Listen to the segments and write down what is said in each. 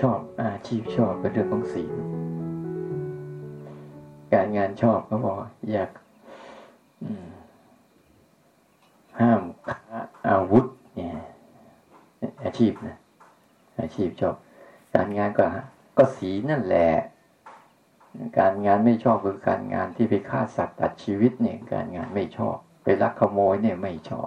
ชอบอาชีพชอบเป็นเรื่องของศีลการงานชอบก็บอกอยากห้ามค้าอาวุธเนี่ยอาชีพนะอาชีพชอบการงานก็ศีลนั่นแหละการงานไม่ชอบคือการงานที่ไปฆ่าสัตว์ตัดชีวิตเนี่ยการงานไม่ชอบไปลักขโมยเนี่ยไม่ชอบ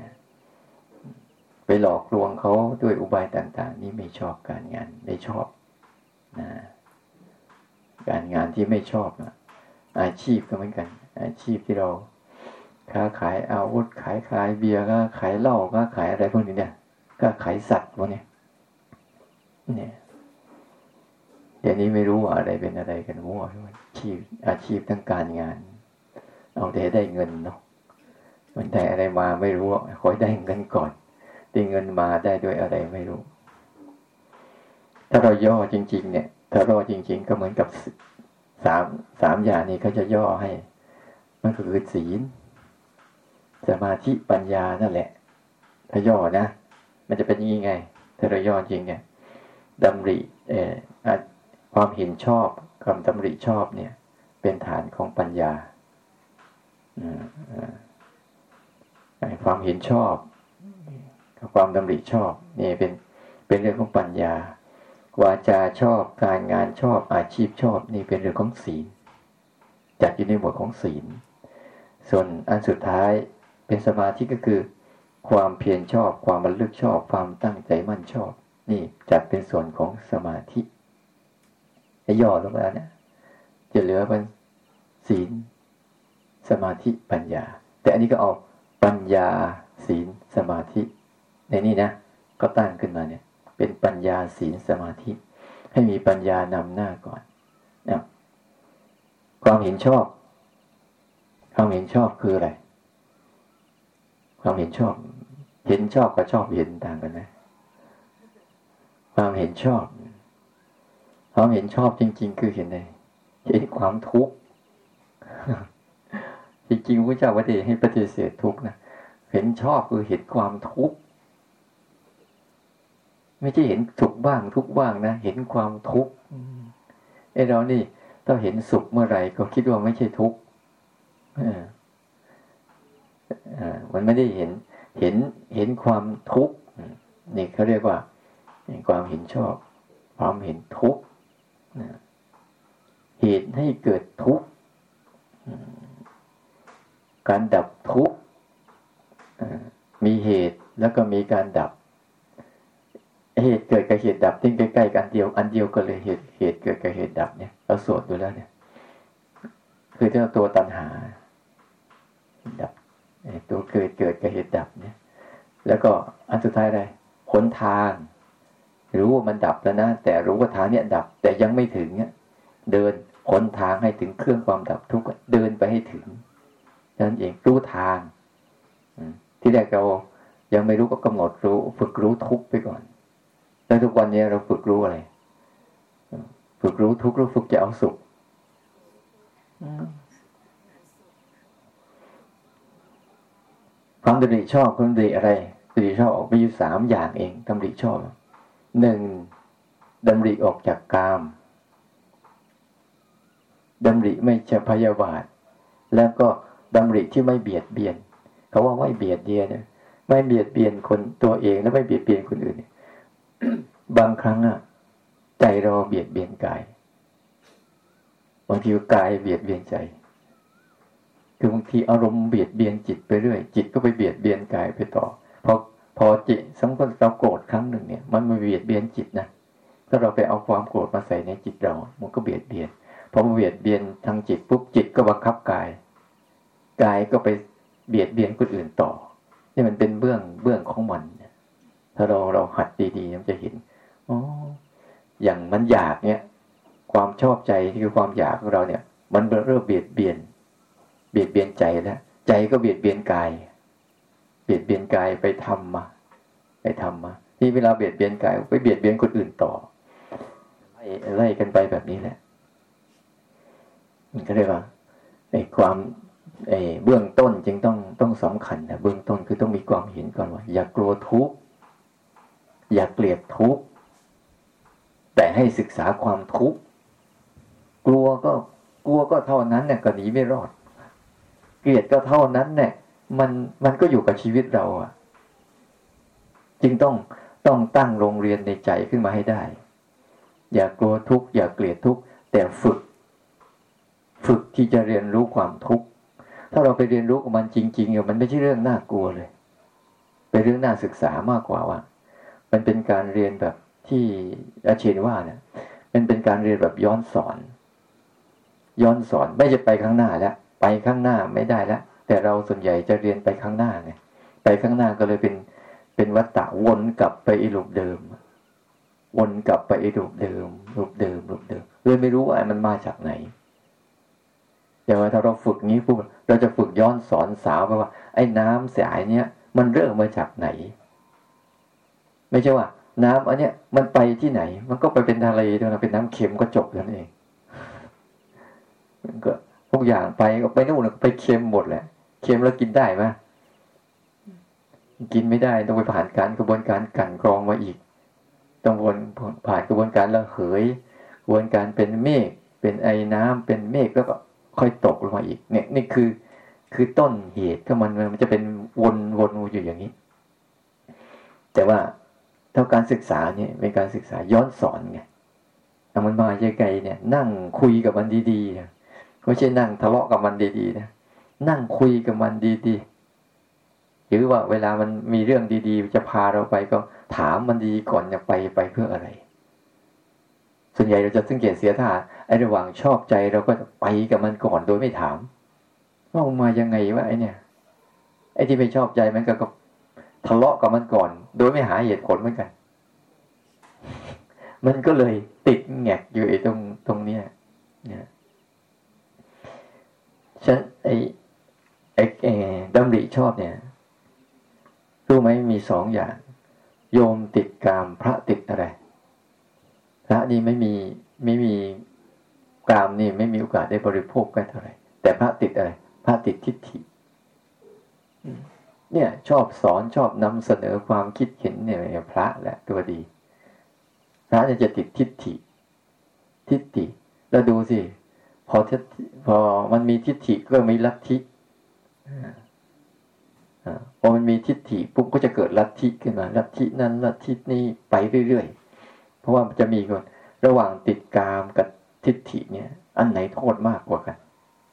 ไปหลอกลวงเขาด้วยอุบายต่างๆนี่ไม่ชอบการงานไม่ชอบนะการงานที่ไม่ชอบนะอาชีพก็เหมือนกันอาชีพที่เราค้าขายอาวุธขายเบียร์ก็ขายเหล้าก็ขายอะไรพวกนี้เนี่ยก็ขายสัตว์พวกนี้เนี่ยเดี๋ยวนี้ไม่รู้ว่าอะไรเป็นอะไรกันมั่วอาชีพทั้งการงานเอาแต่ได้เงินเนาะมันได้อะไรมาไม่รู้ขอให้ได้เงินก่อนได้เงินมาได้ด้วยอะไรไม่รู้ถ้าเราย่อจริงๆเนี่ยถ้าย่อจริงๆก็เหมือนกับสามอย่างนี้เขาจะย่อให้มันก็คือศีลสมาธิปัญญานั่นแหละถ้าย่อนะมันจะเป็นยังไงถ้าเราย่อจริงเนี่ยดำริความเห็นชอบความดำริชอบเนี่ยเป็นฐานของปัญญาความเห็นชอบความดำริชอบนี่เป็นเรื่องของปัญญาวาจาชอบการงานชอบอาชีพชอบนี่เป็นเรื่องของศีลจัดอยู่ในหมวดของศีลส่วนอันสุดท้ายเป็นสมาธิก็คือความเพียรชอบความบรรลุชอบความตั้งใจมั่นชอบนี่จัดเป็นส่วนของสมาธิให้ย่อลงแล้วเนี่ยจะเหลือเป็นศีลสมาธิปัญญาแต่อันนี้ก็เอาปัญญาศีลสมาธิในนี้นะก็ตั้งขึ้นมาเนี่ยเป็นปัญญาศีลสมาธิให้มีปัญญานำหน้าก่อนนะความเห็นชอบคืออะไรความเห็นชอบกับชอบเห็นต่างกันนะความเห็นชอบจริงๆคือเห็นอะไรเห็นความทุกข์จริงๆพระเจ้าว่าให้ปฏิเสธทุกข์นะเห็นชอบคือเห็นความทุกข์ไม่ใช่เห็นสุขบ้างทุกข์บ้างนะเห็นความทุกข์เรานี่ถ้าเห็นสุขเมื่อไหร่ก็คิดว่าไม่ใช่ทุกข์มันไม่ได้เห็นความทุกข์นี่เขาเรียกว่าความเห็นชอบความเห็นทุกข์เหตุให้เกิดทุกข์การดับทุกข์มีเหตุแล้วก็มีการดับเหตุเกิดกับเหตุดับทิ้งใกล้ๆกันอันเดียวกันเลยเหตุเกิดกับเหตุดับเนี่ยเราสวดดูแล้วเนี่ยคือเจ้าตัวตัณหาดับตัวเกิดกับเหตุดับเนี่ยแล้วก็อันสุดท้ายอะไรหนทางรู้ว่ามันดับแล้วนะแต่รู้ว่าทางเนี่ยดับแต่ยังไม่ถึงเนี่ยเดินหนทางให้ถึงเครื่องความดับทุกข์เดินไปให้ถึงนั่นเองรู้ทางที่แรกเรายังไม่รู้ก็กำหนดรู้ฝึกรู้ทุกข์ไปก่อนแล้วทุกวันนี้เราฝึกรู้อะไรฝึกรู้ทุกข์หรือฝึกจะเอาสุขความดำริชอบความดำริอะไรดำริชอบออกไปอยู่3อย่างเองดำริชอบ1ดำริออกจากกามดำริไม่ใช่พยาบาทแล้วก็ดำริที่ไม่เบียดเบียนเขาว่าไม่เบียดเบียนเนี่ยไม่เบียดเบียนคนตัวเองและไม่เบียดเบียนคนอื่น บางครั้งใจเราเบียดเบียนกายบางทีกายเบียดเบียนใจคือบางทีอารมณ์เบียดเบียนจิตไปเรื่อยจิตก็ไปเบียดเบียนกายไปต่อพอจิตสมมติเราโกรธครั้งหนึ่งเนี่ยมันมาเบียดเบียนจิตนะถ้าเราไปเอาความโกรธมาใส่ในจิตเรามันก็เบียดเบียนพอมาเบียดเบียนทางจิตปุ๊บจิตก็บังคับกายก็ไปเบียดเบียนคนอื่นต่อนี่มันเป็นเบื้องของมันถ้าเราหัดดีๆมันจะเห็นอย่างมันอยากเนี่ยความชอบใจที่คือความอยากของเราเนี่ยมันเริ่มเบียดเบียนใจแล้วใจก็เบียดเบียนกายไปทำมาที่เวลาเบียดเบียนกายไปเบียดเบียนคนอื่นต่อไล่กันไปแบบนี้แหละมันก็เรียกว่าความเบื้องต้นจึงต้องสำคัญนะเบื้องต้นคือต้องมีความเห็นก่อนว่าอย่ากลัวทุกข์อย่าเกลียดทุกข์แต่ให้ศึกษาความทุกข์กลัวก็เท่านั้นเนี่ยก็หนีไม่รอดเกลียดก็เท่านั้นเนี่ยมันก็อยู่กับชีวิตเราอ่ะจึงต้องตั้งโรงเรียนในใจขึ้นมาให้ได้อย่ากลัวทุกข์อย่าเกลียดทุกข์แต่ฝึกที่จะเรียนรู้ความทุกข์ถ้าเราไปเรียนรู้กับมันจริงๆมันไม่ใช่เรื่องน่ากลัวเลยเป็นเรื่องน่าศึกษามากกว่าว่ามันเป็นการเรียนแบบที่อาเชนว่าเนี่ยมันเป็นการเรียนแบบย้อนสอนไม่จะไปข้างหน้าแล้วไปข้างหน้าไม่ได้แล้วแต่เราส่วนใหญ่จะเรียนไปข้างหน้าไงไปข้างหน้าก็เลยเป็นวัฏฏะวนกลับไปอีรูปเดิมวนกลับไปอีรูปเดิมเลยไม่รู้ว่ามันมาจากไหนแต่ว่าถ้าเราฝึกงี้ปุ๊บเราจะฝึกย้อนสอนสาวไปว่าไอ้น้ำสายเนี้ยมันเริ่มมาจากไหนไม่ใช่ว่าน้ำอันเนี้ยมันไปที่ไหนมันก็ไปเป็นทะเลด้วยนะเป็นน้ำเค็มก็จบแล้วเองมันก็ทุกอย่างไปก็ไปนู่นไปเค็มหมดแหละเค็มแล้วกินได้ไหมกินไม่ได้ต้องไปผ่านกระบวนการกลั่นกรองมาอีกต้องผ่านกระบวนการระเหยกระบวนการเป็นเมฆเป็นไอน้ำเป็นเมฆแล้วก็ค่อยตกลงมาอีกเนี่ยนี่คือต้นเหตุก็มันจะเป็นวนอยู่อย่างนี้แต่ว่าเท่าการศึกษาเนี่ยเป็นการศึกษาย้อนสอนไงมันมาไกลๆเนี่ยนั่งคุยกับมันดีๆนะไม่ใช่นั่งทะเลาะกับมันดีๆนะนั่งคุยกับมันดีๆหรือว่าเวลามันมีเรื่องดีๆจะพาเราไปก็ถามมันดีก่อนจะไปเพื่ออะไรส่วนใหญ่เราจะสังเกตเสียท่าไอ้ระหว่างชอบใจเราก็ไปกับมันก่อนโดยไม่ถามว่ามันมายังไงวะไอ้เนี่ยไอ้ที่ไม่ชอบใจมันก็ทะเลาะกับมันก่อนโดยไม่หาเหตุผลเหมือนกันมันก็เลยติดแงกอยู่ไอ้ตรงเนี้ยเนี่ยฉันไอ้ดำริชอบเนี่ยรู้ไหมมีสองอย่างโยมติดกามพระติดอะไรพระนี่ไม่มีกามนี่ไม่มีโอกาสได้บริโภคกันเท่าไหร่แต่พระติดอะไรพระติดทิฏฐิเนี่ยชอบสอนชอบนำเสนอความคิดเห็นเนี่ยพระแหละตัวดีพระจะติดทิฏฐิแล้วดูสิพอมันมีทิฏฐิก็มีลัทธิพอมันมีทิฏฐิปุ๊บก็จะเกิดลัทธิขึ้นมาลัทธินั้นลัทธินี้ไปเรื่อยๆเพราะว่ามันจะมีคนระหว่างติดกามกับทิฏฐิเนี่ยอันไหนโทษมากกว่ากัน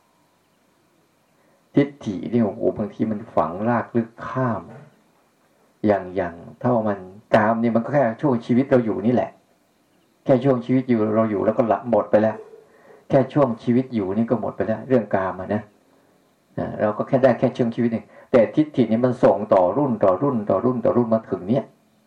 ทิฏฐิเนี่ยโอ้โหบางทีมันฝังรากลึกข้ามอย่างเท่ามันกามเนี่ยมันก็แค่ช่วงชีวิตเราอยู่นี่แหละแค่ช่วงชีวิตอยู่เราอยู่แล้วก็ละหมดไปแล้วแค่ช่วงชีวิตอยู่นี่ก็หมดไปแล้วเรื่องกามนะเราก็แค่ได้แค่ช่วงชีวิตหนึ่งแต่ทิฏฐินี่มันส่งต่อรุ่นมาถึงเนี้ย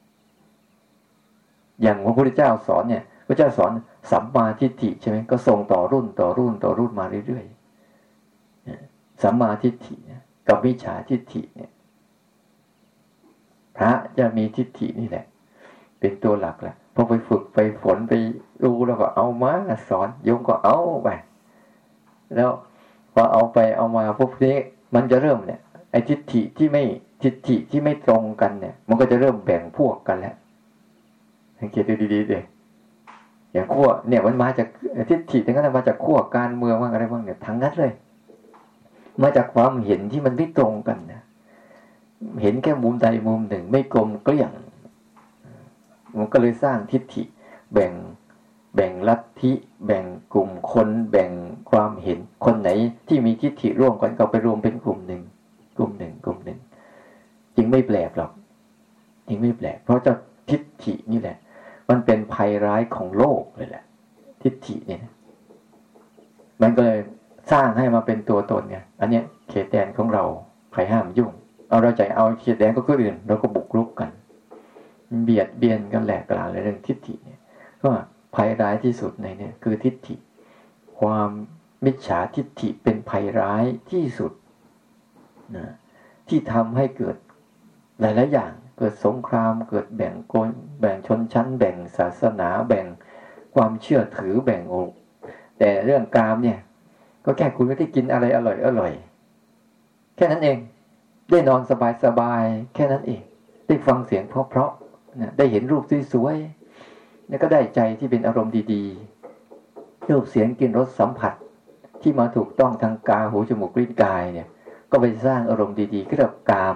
อย่างพระพุทธเจ้าสอนเนี่ยพระเจ้าสอนสัมมาทิฏฐิใช่ไหมก็ส่งต่อรุ่นมาเรื่อยๆสัมมาทิฏฐิกับมิจฉาทิฏฐิเนี่ยพระจะมีทิฏฐินี่แหละเป็นตัวหลักแหละพอไปฝึกไปฝนไปรู้แล้วก็เอามาสอนโยมก็เอาไปแล้วพอเอาไปเอามาพวกนี้มันจะเริ่มเนี่ยไอ้ทิฏฐิที่ไม่ตรงกันเนี่ยมันก็จะเริ่มแบ่งพวกกันแล้วสังเกตดูดีๆเลยอย่างขั้วเนี่ยมันมาจากทิฏฐิทั้งนั้นมาจากขั้วการเมืองบ้างอะไรบ้างเนี่ยทั้งนั้นเลยมาจากความเห็นที่มันไม่ตรงกันนะเห็นแค่มุมใดมุมหนึ่งไม่กลมเกลี้ยงมันก็เลยสร้างทิฏฐิแบ่งลัทธิแบ่งกลุ่มคนแบ่งความเห็นคนไหนที่มีทิฏฐิร่วมกันก็ไปรวมเป็นกลุ่มหนึ่งจริงไม่แปลกหรอกจริงไม่แปลกเพราะเจ้าทิฏฐินี่แหละมันเป็นภัยร้ายของโลกเลยแหละทิฏฐิเนี่ยมันก็เลยสร้างให้มาเป็นตัวตนไงอันเนี้ยเขตแดนของเราใครห้ามยุ่งเราใจเอาเขตแดนก็คืออื่นเราก็บุกรุกกันเบียดเบียนกันแหลกกลาในเรื่องทิฏฐิเนี่ยก็ภัยร้ายที่สุดในเนี่ยคือทิฏฐิความมิจฉาทิฏฐิเป็นภัยร้ายที่สุดนะที่ทำให้เกิดหลายๆอย่างเกิดสงครามเกิดแบ่งชนชั้นแบ่งศาสนาแบ่งความเชื่อถือแบ่งแต่เรื่องกามเนี่ยก็แค่คุณไม่ได้กินอะไรอร่อยแค่นั้นเองได้นอนสบายแค่นั้นเองได้ฟังเสียงเพราะๆได้เห็นรูปสวยๆแล้วก็ได้ใจที่เป็นอารมณ์ดีๆรูปเสียงกลิ่นรสสัมผัสที่มาถูกต้องทางตาหูจมูกลิ้นกายเนี่ยก็ไปสร้างอารมณ์ดีๆก็เรียกกาม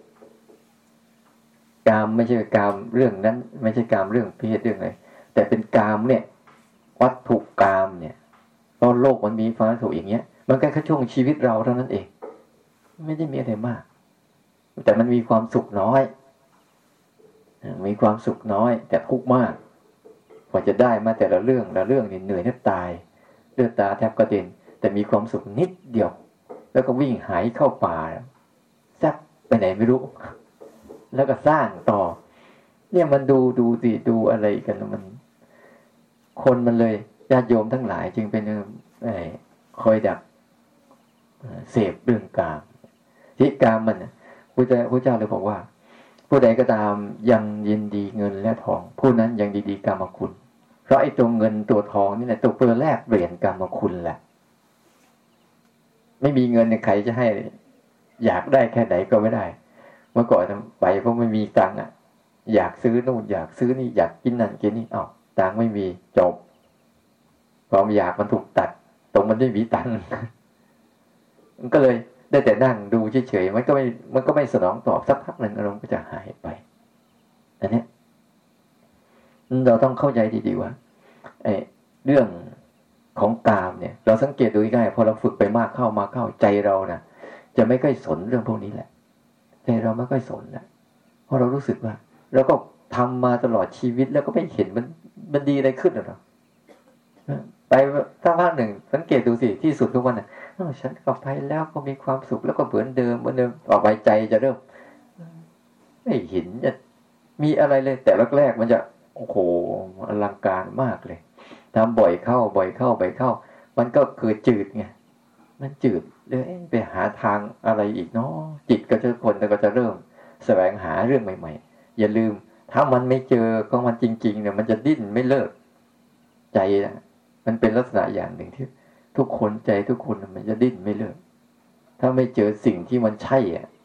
ไม่ใช่กามเรื่องนั้นไม่ใช่กามเรื่องเพศเรื่องอะไรแต่เป็นกามเนี่ยวัตถุกามเนี่ยเพราะโลกมันมีความสุขอย่างเงี้ยมันแค่ช่วงชีวิตเราเท่านั้นเองไม่ได้มีอะไรมากแต่มันมีความสุขน้อยมีความสุขน้อยแต่ทุกข์มากกว่าจะได้มาแต่ละเรื่องนี่เหนื่อยแทบตายเลือดตาแทบกระเด็นแต่มีความสุขนิดเดียวแล้วก็วิ่งหายเข้าป่าซักไปไหนไม่รู้แล้วก็สร้างต่อเนี่ยมันดูสิดูอะไรกันมันคนมันเลยญาติโยมทั้งหลายจึงเป็นคอยดักเสพเรื่องกามที่กามมันพระเจ้าเลยบอกว่าผู้ใดก็ตามยังยินดีเงินและทองผู้นั้นยังดีกามคุณเพราะไอ้ตัวเงินตัวทองนี่แหละตัวเปลือแลกเปลี่ยนกามคุณแหละไม่มีเงินใครจะให้อยากได้แค่ไหนก็ไม่ได้เมื่อก่อนไปเพราะไม่มีตังค์อยากซื้อนู่นอยากซื้อนี่อยากกินนั่นกินนี่ตังค์ไม่มีจบความอยากมันถูกตัดตรงมันไม่มีตังค์มันก็เลยได้แต่นั่งดูเฉยๆมันก็ไม่สนองตอบสักพักหนึ่งอารมณ์ก็จะหายไปอันนี้เราต้องเข้าใจดีๆว่าเรื่องของกามเนี่ยเราสังเกตดูง่ายๆพอเราฝึกไปมากเข้าใจเรานะจะไม่ค่อยสนเรื่องพวกนี้แหละใจเราไม่ค่อยสนนะเพราะเรารู้สึกว่าเราก็ทำมาตลอดชีวิตแล้วก็ไม่เห็นมันดีอะไรขึ้นหรอกไปสักพักหนึ่งสังเกตดูสิที่สุดทุกวันน่ะฉันก็ไปแล้วก็มีความสุขแล้วก็เหมือนเดิมต่อไปใจจะเริ่มไม่เห็นจะมีอะไรเลยแต่แรกๆมันจะโอ้โหอลังการมากเลยทำบ่อยเข้ามันก็เกิดจืดไงมันจืดเลยไปหาทางอะไรอีกเนาะจิตก็จะคนก็จะเริ่มแสวงหาเรื่องใหม่ๆอย่าลืมถ้ามันไม่เจอของมันจริงๆเนี่ยมันจะดิ้นไม่เลิกใจนะมันเป็นลักษณะอย่างหนึ่งที่ทุกคนใจทุกคนมันจะดิ้นไม่เลิกถ้าไม่เจอสิ่งที่มันใช่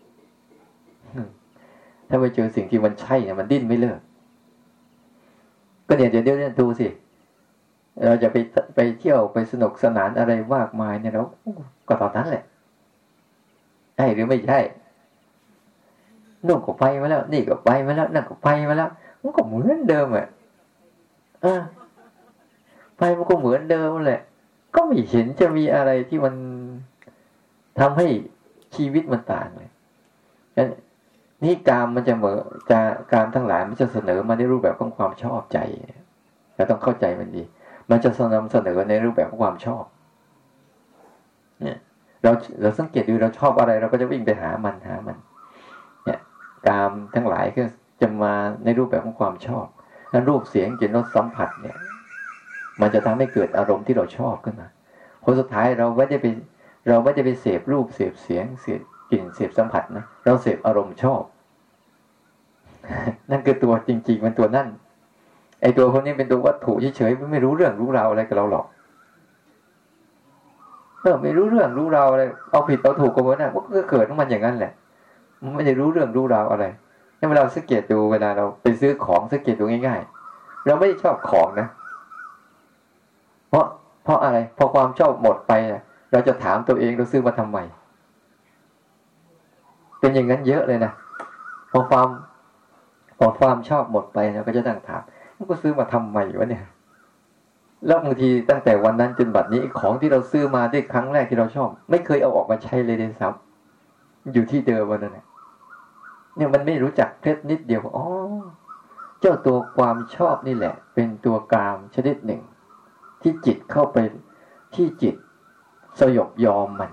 ถ้าไม่เจอสิ่งที่มันใช่เนี่ยมันดิ้นไม่เลิกก็เนี่ยเดี๋ยวดูสิเราจะไปเที่ยวไปสนุกสนานอะไรมากมายเนี่ยเราก็ตอนนั้นแหละใช่หรือไม่ใช่นู่นก็ไปมาแล้วนี่ก็ไปมาแล้วนั่นก็ไปมาแล้วมันก็เหมือนเดิมไปมันก็เหมือนเดิมแหละก็ไม่เห็นจะมีอะไรที่มันทำให้ชีวิตมันต่างเลยนี่กามมันจะกามทั้งหลายมันจะเสนอมาในรูปแบบของความชอบใจเราต้องเข้าใจมันดีมันจะนำเสนอในรูปแบบของความชอบเนี่ยเราสังเกตดูเราชอบอะไรเราก็จะวิ่งไปหามันเนี่ยกามทั้งหลายก็จะมาในรูปแบบของความชอบนั้นรูปเสียงกลิ่นรสสัมผัสเนี่ยมันจะทำให้เกิดอารมณ์ที่เราชอบขึ้นมาผลสุดท้ายเราไม่ได้ไปเสพรูปเสพเสียงเสพกลิ่นเสพสัมผัสนะเราเสพอารมณ์ชอบนั่นคือตัวจริงๆมันตัวนั่นไอ้ตัวคนนี้เป็นตัววัตถุเฉยๆไม่รู้เรื่องรู้ราวอะไรกับเราหรอกไม่รู้เรื่องรู้ราวอะไรเอาผิดเอาถูกกับมันนะก็เกิดของมันอย่างนั้นแหละมันไม่ได้รู้เรื่องรู้ราวอะไรถ้าเวลาสังเกตดูเวลาเราไปซื้อของสังเกตดูง่ายๆเราไม่ได้ชอบของนะเพราะอะไรพอความชอบหมดไปเราจะถามตัวเองเราซื้อมาทำไมเป็นอย่างนั้นเยอะเลยนะพอความชอบหมดไปเราก็จะตั้งถามมันก็ซื้อมาทำไมวะเนี่ยแล้วบางทีตั้งแต่วันนั้นจนบัดนี้ของที่เราซื้อมาได้ครั้งแรกที่เราชอบไม่เคยเอาออกมาใช้เลยเลยซ้ำอยู่ที่เดิมวันนั้นเนี่ยมันไม่รู้จักเพชรนิดเดียวเจ้าตัวความชอบนี่แหละเป็นตัวกามชนิดหนึ่งที่จิตเข้าไปที่จิตสยบยอมมัน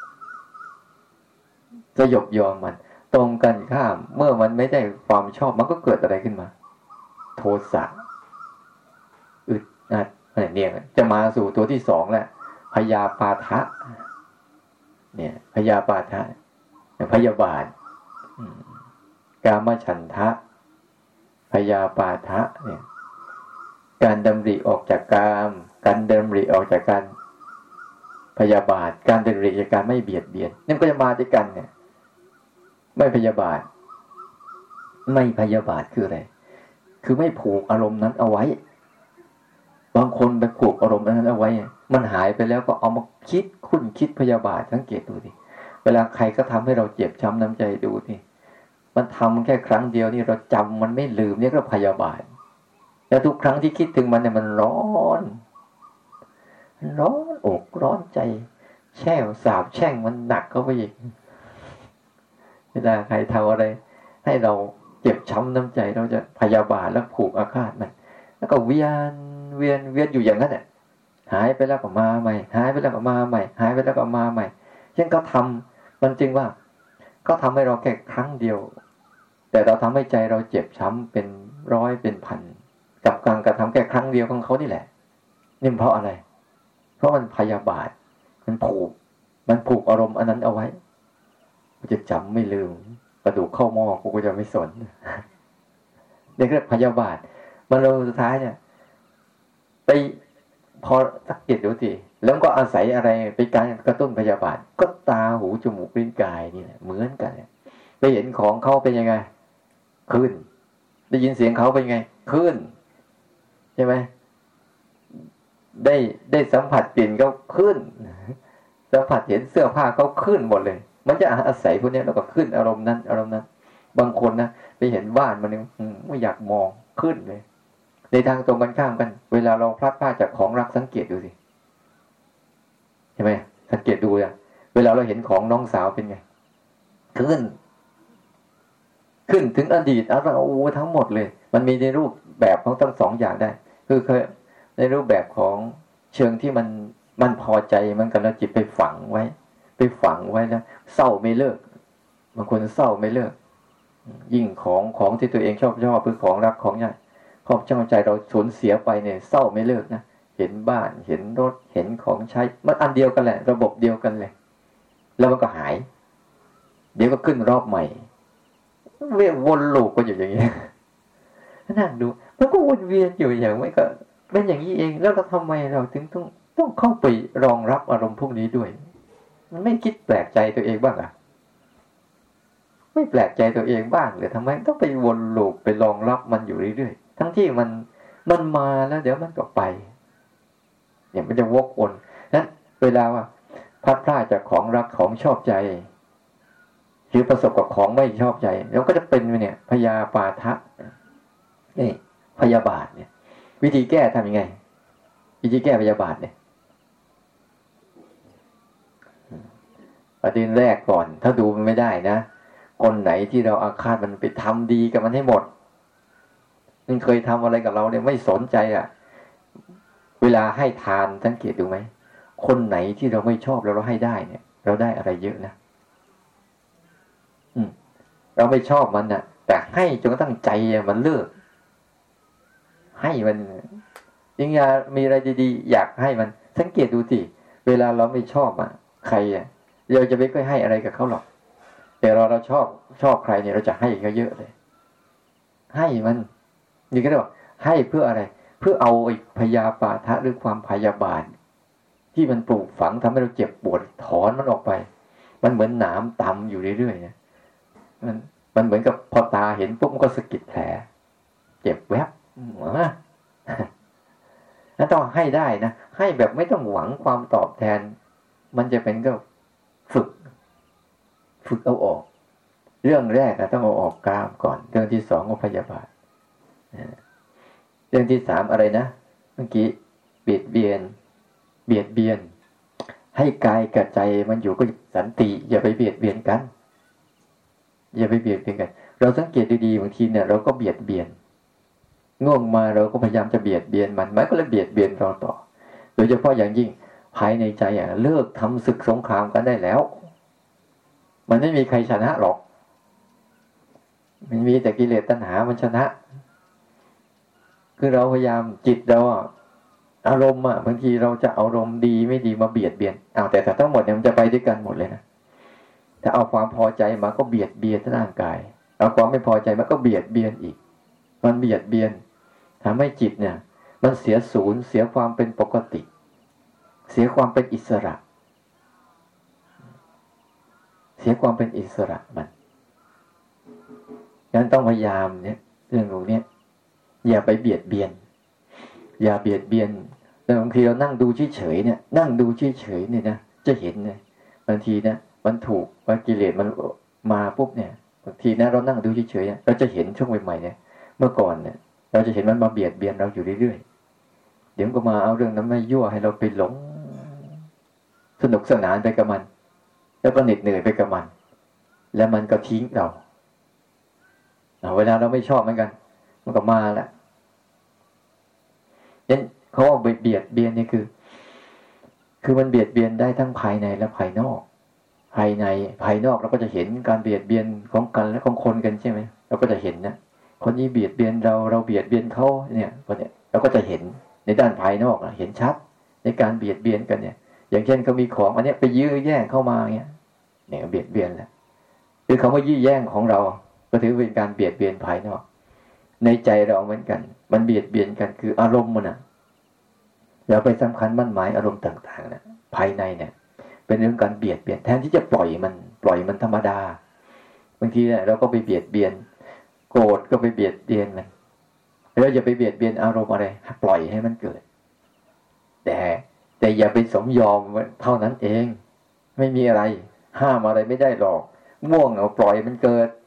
ตรงกันข้ามเมื่อมันไม่ได้ความชอบมันก็เกิดอะไรขึ้นมาโทสะอึดอัดเนี่ยจะมาสู่ตัวที่สองแล้วพยาปาทะเนี่ยพยาปาทะพยาบาทกามฉันทะพยาปาทะเนี่ยการดำริออกจากกามการดำริออกจากการพยาบาทการดำริจากการไม่เบียดเบียนนี่ก็จะมาด้วยกันเนี่ยไม่พยาบาทคืออะไรคือไม่ผูกอารมณ์นั้นเอาไว้บางคนไปผูกอารมณ์นั้นเอาไว้มันหายไปแล้วก็เอามาคิดคุ้นคิดพยาบาทสังเกตดูดิเวลาใครก็ทำให้เราเจ็บช้ำน้ำใจดูดิมันทำแค่ครั้งเดียวนี่เราจำมันไม่ลืมนี่ก็พยาบาทแล้วทุกครั้งที่คิดถึงมันเนี่ยมันร้อนอกร้อนใจแช่วสาบแช่งมันหนักเข้าไปอีกเวลาใครทำอะไรให้เราเจ็บช้ำน้ำใจเราจะพยาบาทแล้วผูกอาฆาตมันแล้วก็เวียนอยู่อย่างนั้นแหละหายไปแล้วก็มาใหม่หายไปแล้วก็มาใหม่หายไปแล้วก็มาใหม่เช่นเขาทำมันจริงว่าเขาทำให้เราแค่ครั้งเดียวแต่เราทำให้ใจเราเจ็บช้ำเป็นร้อยเป็นพันกับการกระทำแค่ครั้งเดียวของเขานี่แหละนี่เพราะอะไรเพราะมันพยาบาทมันผูกอารมณ์อันนั้นเอาไว้กูจะจำไม่ลืมกระดูกเข้าหม้อกูก็จะไม่สนนี่เรียกพยาบาทมันเราสุดท้ายเนี่ยไปพอสังเกตดูสิแล้วก็อาศัยอะไรไปการกระตุ้นพยาบาทก็ตาหูจมูกลิ้นกายนี่แหละเหมือนกันไปเห็นของเขาเป็นยังไงขึ้นได้ยินเสียงเขาเป็นยังไงขึ้นใช่ไหมได้สัมผัสกลิ่นเขาขึ้นสัมผัสเห็นเสื้อผ้าเขาขึ้นหมดเลยมันจะอาศัยพวกนี้แล้วก็ขึ้นอารมณ์นั้นบางคนนะไปเห็นบ้านมันไม่อยากมองขึ้นเลยในทางตรงกันข้ามกันเวลาเราพลัดพรากจากของรักสังเกตดูสิใช่ไหมสังเกตดูอ่ะเวลาเราเห็นของน้องสาวเป็นไงขึ้นถึงอดีตอะไรทั้งหมดเลยมันมีในรูปแบบของทั้งสองอย่างได้คือในรูปแบบของเชิงที่มันพอใจมันกันแล้วจิตไปฝังไว้แล้วเศร้าไม่เลิกบางคนเศร้าไม่เลิกยิ่งของที่ตัวเองชอบคือของรักของใหญ่ครอบใจเราสูญเสียไปเนี่ยเศร้าไม่เลิกนะเห็นบ้านเห็นรถเห็นของใช้มันอันเดียวกันแหละระบบเดียวกันเลยแล้วมันก็หายเดี๋ยวก็ขึ้นรอบใหม่วนลูปก็อยู่อย่างนี้นั่งดูมันก็วนเวียนอยู่อย่างไม่ก็เป็นอย่างนี้เองแล้วเราทำไมเราถึงต้องเข้าไปรองรับอารมณ์พวกนี้ด้วยมันไม่คิดแปลกใจตัวเองบ้างอะไม่แปลกใจตัวเองบ้างหรือทำไมต้องไปวนลูปไปรองรับมันอยู่เรื่อยๆทั้งที่มันมาแล้วเดี๋ยวมันก็ไปเนี่ยมันจะวกวนนั้นเวลาว่าพัดพลาดจากของรักของชอบใจหรือประสบกับของไม่ชอบใจแล้วก็จะเป็นเนี่ยพยาปาทะนี่พยาบาทเนี่ยวิธีแก้ทำยังไงวิธีแก้พยาบาทเนี่ยประเด็นแรกก่อนถ้าดูมันไม่ได้นะคนไหนที่เราอาฆาตมันไปทำดีกับมันให้หมดมันเคยทำอะไรกับเราเนี่ยไม่สนใจอ่ะเวลาให้ทานสังเกตดูไหมคนไหนที่เราไม่ชอบแล้วเราให้ได้เนี่ยเราได้อะไรเยอะนะเราไม่ชอบมันน่ะแต่ให้จนกระทั่งใจมันเลิกให้มันยิ่งมีอะไรดีๆอยากให้มันสังเกตดูสิเวลาเราไม่ชอบอ่ะใครอ่ะเราจะไม่ค่อยให้อะไรกับเขาหรอกแต่เราชอบใครเนี่ยเราจะให้เขาเยอะเลยให้มันนี่ก็เรียกว่าให้เพื่ออะไรเพื่อเอาไอ้พยาปาทะหรือความพยาบาทที่มันปลูกฝังทำให้เราเจ็บปวดถอนมันออกไปมันเหมือนหนามตำอยู่เรื่อยๆเนี่ยมันเหมือนกับพอตาเห็นปุ๊บมันก็สะกิดแผลเจ็บแวบแล้วต้องให้ได้นะให้แบบไม่ต้องหวังความตอบแทนมันจะเป็นก็ฝึกเอาออกเรื่องแรกต้องเอาออกกล้ามก่อนเรื่องที่สองก็พยาบาทเรื่องที่สามอะไรนะเมื่อกี้เบียดเบียนให้กายกับใจมันอยู่ก็สันติอย่าไปเบียดเบียนกันเราสังเกตดีๆบางทีเนี่ยเราก็เบียดเบียนง่วงมาเราก็พยายามจะเบียดเบียนมันก็เลยเบียดเบียนเราต่อโดยเฉพาะอย่างยิ่งภายในใจเลิกทำศึกสงครามกันได้แล้วมันไม่มีใครชนะหรอกมันมีแต่กิเลสตัณหามันชนะคือเราพยายามจิตเราอารมณ์บางทีเราจะเอาอารมณ์ดีไม่ดีมาเบียดเบียนแต่ทั้งหมดเนี่ยมันจะไปด้วยกันหมดเลยนะถ้าเอาความพอใจมาก็เบียดเบียนร่างกายเอาความไม่พอใจมาก็เบียดเบียนอีกมันเบียดเบียนทำให้จิตเนี่ยมันเสียศูนย์เสียความเป็นปกติเสียความเป็นอิสระมันงั้นต้องพยายามเนี่ยเรื่องพวกนี้อย่าไปเบียดเบียนแต่บางทีเรานั่งดูเฉยๆเนี่ยนั่งดูเฉยๆเนี่ยนะจะเห็นเนี่ยบางทีนะมันถูกว่ากิเลสมันมาปุ๊บเนี่ยบางทีนะเรานั่งดูเฉยๆเนี่ยเราจะเห็นช่วงใหม่ๆเนี่ยเมื่อก่อนเนี่ยเราจะเห็นมันมาเบียดเบียนเราอยู่เรื่อยๆเดี๋ยวก็มาเอาเรื่องนั้นมายั่วให้เราไปหลงสนุกสนานไปกับมันแล้วก็เหน็ดเหนื่อยไปกับมันแล้วมันก็ทิ้งเราเวลาเราไม่ชอบเหมือนกันมันก็มาแล้วงั้นเขาว่าเบียดเบียนนี่คือมันเบียดเบียนได้ทั้งภายในและภายนอกภายในภายนอกเราก็จะเห็นการเบียดเบียนของกันและของคนกันใช่ไหมเราก็จะเห็นนะคนนี้เบียดเบียนเราเบียดเบียนเขาเนี่ยเราก็จะเห็นในด้านภายนอกเห็นชัดในการเบียดเบียนกันเนี่ยอย่างเช่นเขามีของอันนี้ไปยื้อแย่งเข้ามาเนี่ยเบียดเบียนแหละหรือเขาว่ายื้อแย่งของเราก็ถือเป็นการเบียดเบียนภายนอกในใจเราเหมือนกันมันเบียดเบียนกันคืออารมณ์มันนะเราไปสำคัญมั่นหมายอารมณ์ต่างๆนะภายในเนี่ยเป็นเรื่องการเบียดเบียนแทนที่จะปล่อยมันธรรมดาบางทีเนี่ยเราก็ไปเบียดเบียนโกรธก็ไปเบียดเบียนมันแล้วอย่าไปเบียดเบียนอารมณ์อะไรปล่อยให้มันเกิดแต่อย่าไปสมยอมเท่านั้นเองไม่มีอะไรห้ามอะไรไม่ได้หรอกง่วงเอาปล่อยมันเกิด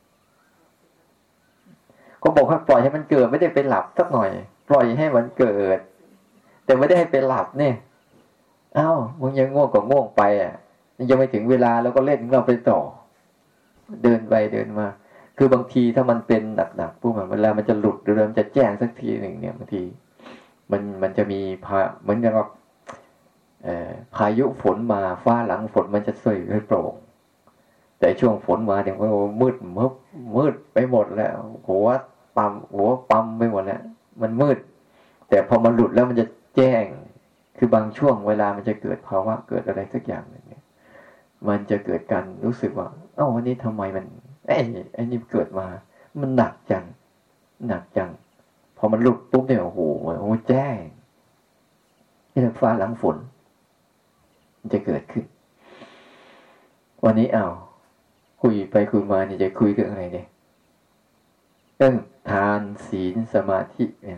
ก็บอกให้ปล่อยให้มันเกิดไม่ได้ไปหลับสักหน่อยปล่อยให้มันเกิดแต่ไม่ได้ให้ไปหลับเนี่ยมึงยังง่วงก็ง่วงไปยังไม่ถึงเวลาแล้วก็เล่นเราไปต่อเดินไปเดินมาคือบางทีถ้ามันเป็นหนักๆปุ๊บเวลามันจะหลุดหรือมันจะแจ้งสักทีหนึ่งเนี่ยบางทีมันจะมีเหมือนกับพายุฝนมาฟ้าหลังฝนมันจะสวยให้โปร่งแต่ช่วงฝนมาเนี่ยมันมืดไปหมดแล้วหัวปั๊มไปหมดแล้วมันมืดแต่พอมันหลุดแล้วมันจะแจ้งคือบางช่วงเวลามันจะเกิดภาวะเกิดอะไรสักอย่างหนึ่งเนี่ยมันจะเกิดการรู้สึกว่าวันนี้ทำไมมันไอ้นี่เกิดมามันหนักจังพอมันหลุดปุ๊บเนี่ยโอ้โหแจ้งนี่แหละฟ้าหลังฝนมันจะเกิดขึ้นวันนี้คุยไปคุยมาเนี่ยจะคุยเรื่องอะไรเนี่ยเรื่องทานศีลสมาธิเนี่ย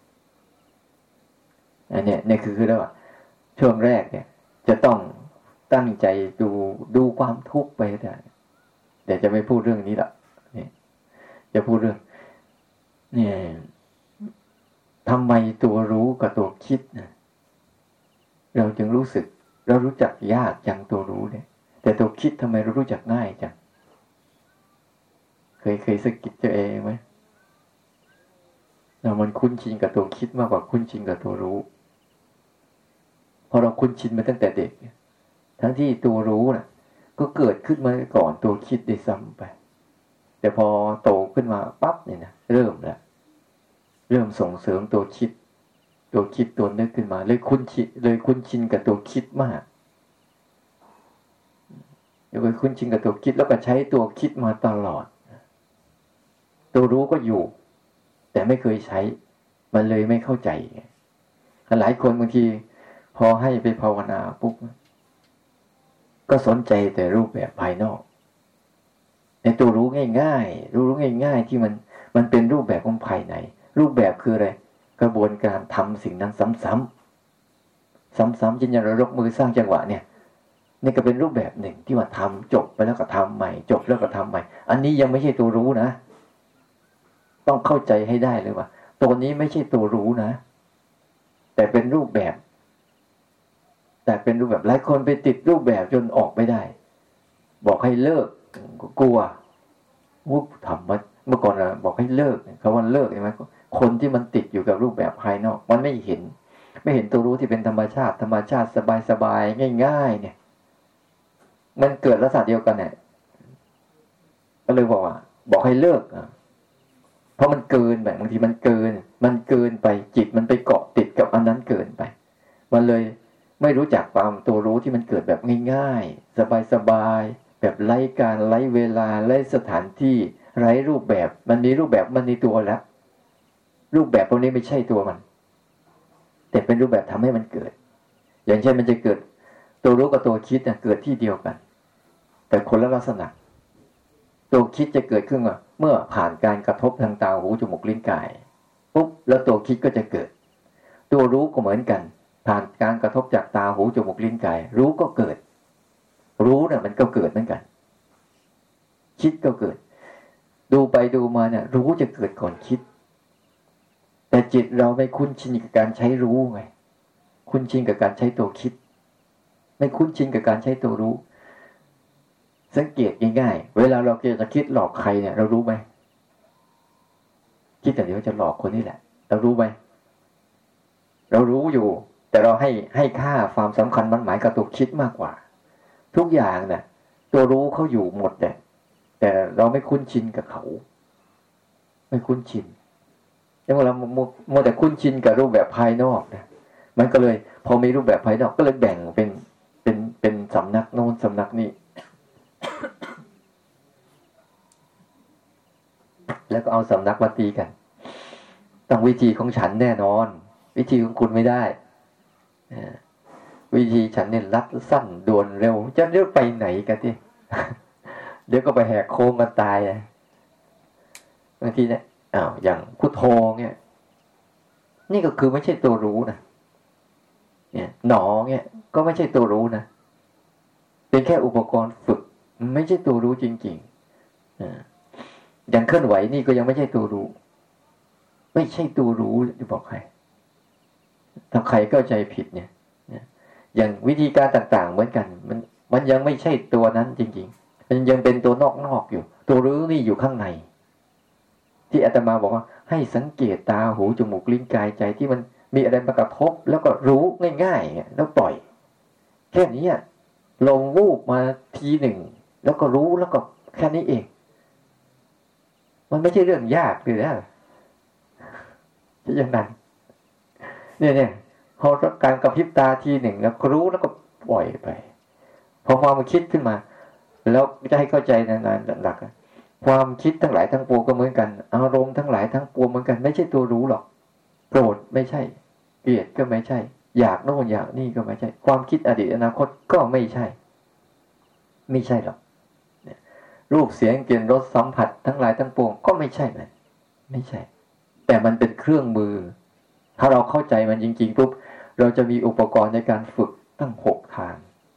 อันเนี้ยเนี่ยคือแล้วช่วงแรกเนี่ยจะต้องตั้งใจดูความทุกข์ไปได้แต่จะไม่พูดเรื่องนี้ละเนี่ยจะพูดเรื่องเนี่ยทำไมตัวรู้กับตัวคิดนะเราจึงรู้สึกเรารู้จักยากจังตัวรู้เนี่ยแต่ตัวคิดทำไมเรารู้จักง่ายจังเคยสะกิดตัวเองไหมมันคุ้นชินกับตัวคิดมากกว่าคุ้นชินกับตัวรู้พอเราคุ้นชินมาตั้งแต่เด็กทั้งที่ตัวรู้น่ะก็เกิดขึ้นมาก่อนตัวคิดได้ซ้ำไปแต่พอโตขึ้นมาปั๊บเนี่ยนะเริ่มส่งเสริมตัวคิดตัวนึกขึ้นมาเลยคุ้นชินกับตัวคิดมากเลยคุ้นชินกับตัวคิดแล้วก็ใช้ตัวคิดมาตลอดตัวรู้ก็อยู่แต่ไม่เคยใช้มันเลยไม่เข้าใจหลายคนบางทีพอให้ไปภาวนาปุ๊บก็สนใจแต่รูปแบบภายนอกในตัวรู้ง่ายๆรู้ง่ายๆที่มันเป็นรูปแบบของภายในรูปแบบคืออะไรกระบวนการทำสิ่งนั้นซ้ำๆจนอย่างเรายกมือสร้างจังหวะเนี่ยนี่ก็เป็นรูปแบบหนึ่งที่ว่าทำจบไปแล้วก็ทำใหม่จบแล้วก็ทำใหม่อันนี้ยังไม่ใช่ตัวรู้นะต้องเข้าใจให้ได้เลยว่าตัวนี้ไม่ใช่ตัวรู้นะแต่เป็นรูปแบบหลายคนไปติดรูปแบบจนออกไม่ได้บอกให้เลิกกลัวทำเมื่อก่อนเราบอกให้เลิกคำว่าเลิกใช่ไหมคนที่มันติดอยู่กับรูปแบบภายนอกมันไม่เห็นตัวรู้ที่เป็นธรรมชาติสบายง่ายๆเนี่ยมันเกิดลักษณะเดียวกันเนี่ยก็เลยบอกให้เลิกเพราะมันเกินไปบางทีมันเกินไปจิตมันไปเกาะติดกับอันนั้นเกินไปมันเลยไม่รู้จักความตัวรู้ที่มันเกิดแบบง่ายๆสบายๆแบบไร้การไร้เวลาไร้สถานที่ไร้รูปแบบมันมีรูปแบบมันในตัวแล้วรูปแบบพวกนี้ไม่ใช่ตัวมันแต่เป็นรูปแบบทำให้มันเกิดอย่างเช่นมันจะเกิดตัวรู้กับตัวคิดเกิดที่เดียวกันแต่คนละลักษณะตัวคิดจะเกิดขึ้นเมื่อผ่านการกระทบทางตาหูจมูกลิ้นกายปุ๊บแล้วตัวคิดก็จะเกิดตัวรู้ก็เหมือนกันผ่านการกระทบจากตาหูจมูกลิ้นกายรู้ก็เกิดรู้เนี่ยมันก็เกิดเหมือนกันคิดก็เกิดดูไปดูมาเนี่ยรู้จะเกิดก่อนคิดแต่จิตเราไม่คุ้นชินกับการใช้รู้ไงคุ้นชินกับการใช้ตัวคิดไม่คุ้นชินกับการใช้ตัวรู้สังเกตง่ายๆเวลาเราจะคิดหลอกใครเนี่ยเรารู้ไหมคิดแต่เดี๋ยวจะหลอกคนนี้แหละเรารู้ไหมเรารู้อยู่แต่เราให้ค่าความสำคัญมันหมายกับตัวคิดมากกว่าทุกอย่างเนี่ยตัวรู้เขาอยู่หมดแต่เราไม่คุ้นชินกับเขาไม่คุ้นชินแล้วเราโมแต่คุ้นชินกับรูปแบบภายนอกนะมันก็เลยพอมีรูปแบบภายนอกก็เลยแบ่งเป็นสำนักโน้นสำนักนี้ แล้วก็เอาสำนักมาตีกันต้องวิธีของฉันแน่นอนวิธีของคุณไม่ได้วิธีฉันเนี่ยรัดสั้นด่วนเร็วจะเรียกไปไหนกันที่ เดี๋ยวก็ไปแหกโค้งกันตายบางทีเนี่ยอย่างพุทโธเนี่ยนี่ก็คือไม่ใช่ตัวรู้นะเนี่ยหนอเนี่ยก็ไม่ใช่ตัวรู้นะเป็นแค่อุปกรณ์ฝึกไม่ใช่ตัวรู้จริงๆอย่างเคลื่อนไหวนี่ก็ยังไม่ใช่ตัวรู้ไม่ใช่ตัวรู้จะบอกใครถ้าใครเข้าใจผิดเนี่ยอย่างวิธีการต่างๆเหมือนกันมันยังไม่ใช่ตัวนั้นจริงๆมันยังเป็นตัวนอกอยู่ตัวรู้นี่อยู่ข้างในที่อาตมาบอกว่าให้สังเกตตาหูจมูกลิ้นกายใจที่มันมีอะไรมากระทบแล้วก็รู้ง่ายๆแล้วปล่อยแค่นี้ลงวูบมาทีหนึ่งแล้วก็รู้แล้วก็แค่นี้เองมันไม่ใช่เรื่องยากเลยนะจะอย่างนั้นเนี่ยพอการกระพริบตาทีหนึ่งแล้วก็รู้แล้วก็ปล่อยไปพอความคิดขึ้นมาแล้วจะให้เข้าใจนานๆหลักความคิดทั้งหลายทั้งปวงก็เหมือนกันอารมณ์ทั้งหลายทั้งปวงเหมือนกันไม่ใช่ตัวรู้หรอกโกรธไม่ใช่เกลียดก็ไม่ใช่อยากโน่นอยากนี่ก็ไม่ใช่ความคิดอดีตอนาคตก็ไม่ใช่หรอกรูปเสียงกลิ่นรสสัมผัสทั้งหลายทั้งปวงก็ไม่ใช่มันไม่ใช่แต่มันเป็นเครื่องมือถ้าเราเข้าใจมันจริงๆปุ๊บเราจะมีอุปกรณ์ในการฝึกตั้ง6ทาง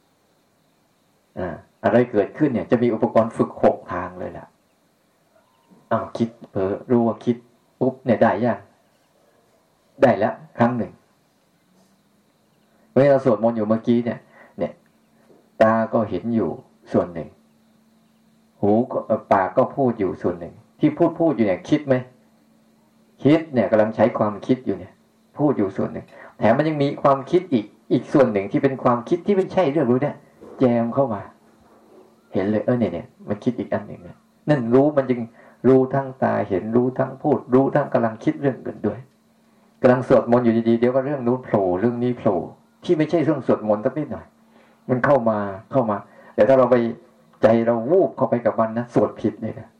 อะไรเกิดขึ้นเนี่ยจะมีอุปกรณ์ฝึก6ทางเลยล่ะคิดเผลอรู้ว่าคิดปุ๊บเนี่ยได้ยังได้แล้วครั้งหนึ่งเมื่อเราสวดมนต์อยู่เมื่อกี้เนี่ยตาก็เห็นอยู่ส่วนหนึ่งหูก็ปากก็พูดอยู่ส่วนหนึ่งที่พูดอยู่เนี่ยคิดไหมคิดเนี่ยกำลังใช้ความคิดอยู่เนี่ยพูดอยู่ส่วนหนึ่งแถมมันยังมีความคิดอีกส่วนหนึ่งที่เป็นความคิดที่ไม่ใช่เรื่องรู้เนี่ยแจมเข้ามาเห็นเลยเนี่ยมันคิดอีกอันหนึ่งนั่นรู้มันจึงรู้ทั้งตาเห็นรู้ทั้งพูดรู้ทั้งกำลังคิดเรื่องอื่นด้วยกำลังสวดมนต์อยู่ดีๆเดี๋ยวก็เรื่องนู้นโผล่เรื่องนี้โผล่ที่ไม่ใช่เรื่องสวดมนต์สักนิดหน่อยมันเข้ามาแต่ถ้าเราไปใจเราวูบเข้าไปกับมันนะสวดผิดเลยนะ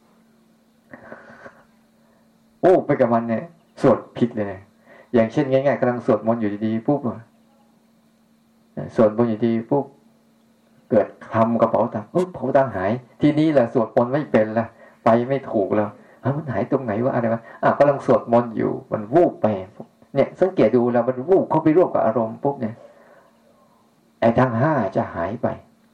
วูบไปกับมันเนี่ยสวดผิดเลยนะอย่างเช่นง่ายๆกำลังสวดมนต์อยู่ดีๆปุ๊บสวดมนต์อยู่ดีปุ๊บเกิดทำกระเป๋าตังค์กระเป๋าตังค์หายทีนี้แหละสวดมนต์ไม่เป็นละไปไม่ถูกแล้วมันหายตรงไหนวะอะไรวะกำลังสวดมนต์อยู่มันวูบไปเนี่ยสังเกตดูแล้วมันวูบเข้าไปร่วมกับอารมณ์ปุ๊บเนี่ยไอ้ทั้ง5จะหายไป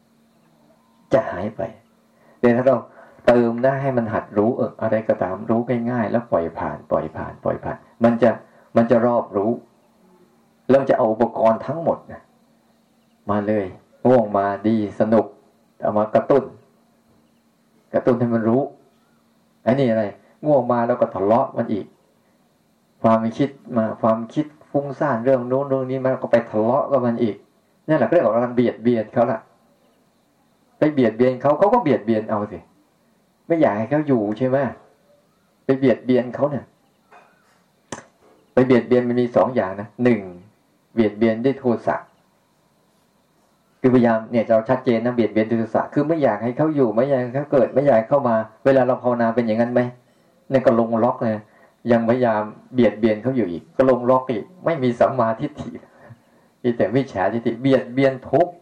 แต่ถ้าเราเติมได้ให้มันหัดรู้อะไรก็ตามรู้ง่ายๆแล้วปล่อยผ่านมันจะรอบรู้เราจะเอาอุปกรณ์ทั้งหมดนะมาเลยง่วงมาดีสนุกเอามากระตุ้นให้มันรู้ไอ้นี่อะไรง่วงมาแล้วก็ทะเลาะมันอีกความคิดฟุ้งซ่านเรื่องโน้นเรื่องนี้มันก็ไปทะเลาะกับมันอีกนั่นแหละเรียกว่ากำลังเบียดเบียนเขาล่ะไปเบียดเบียนเขาก็เบียดเบียนเอาสิไม่อยากให้เขาอยู่ใช่ไหมไปเบียดเบียนเขาเนี่ยไปเบียดเบียนมันมี2อย่างนะ1เบียดเบียนด้วยโทสะคือพยายามเนี่ยเราชัดเจนนะเบียดเบียนด้วยโทสะคือไม่อยากให้เขาอยู่ไม่อยากให้เขาเกิดไม่อยากเข้ามาเวลาเราภาวนาเป็นอย่างนั้นไหมเนี่ยก็ลงล็อกเลยยังพยายามเบียดเบียนเขาอยู่อีกก็ลงล็อกอีกไม่มีสัมมาทิฏฐิมีแต่มิจฉาทิฏฐิเบียดเบียนทุก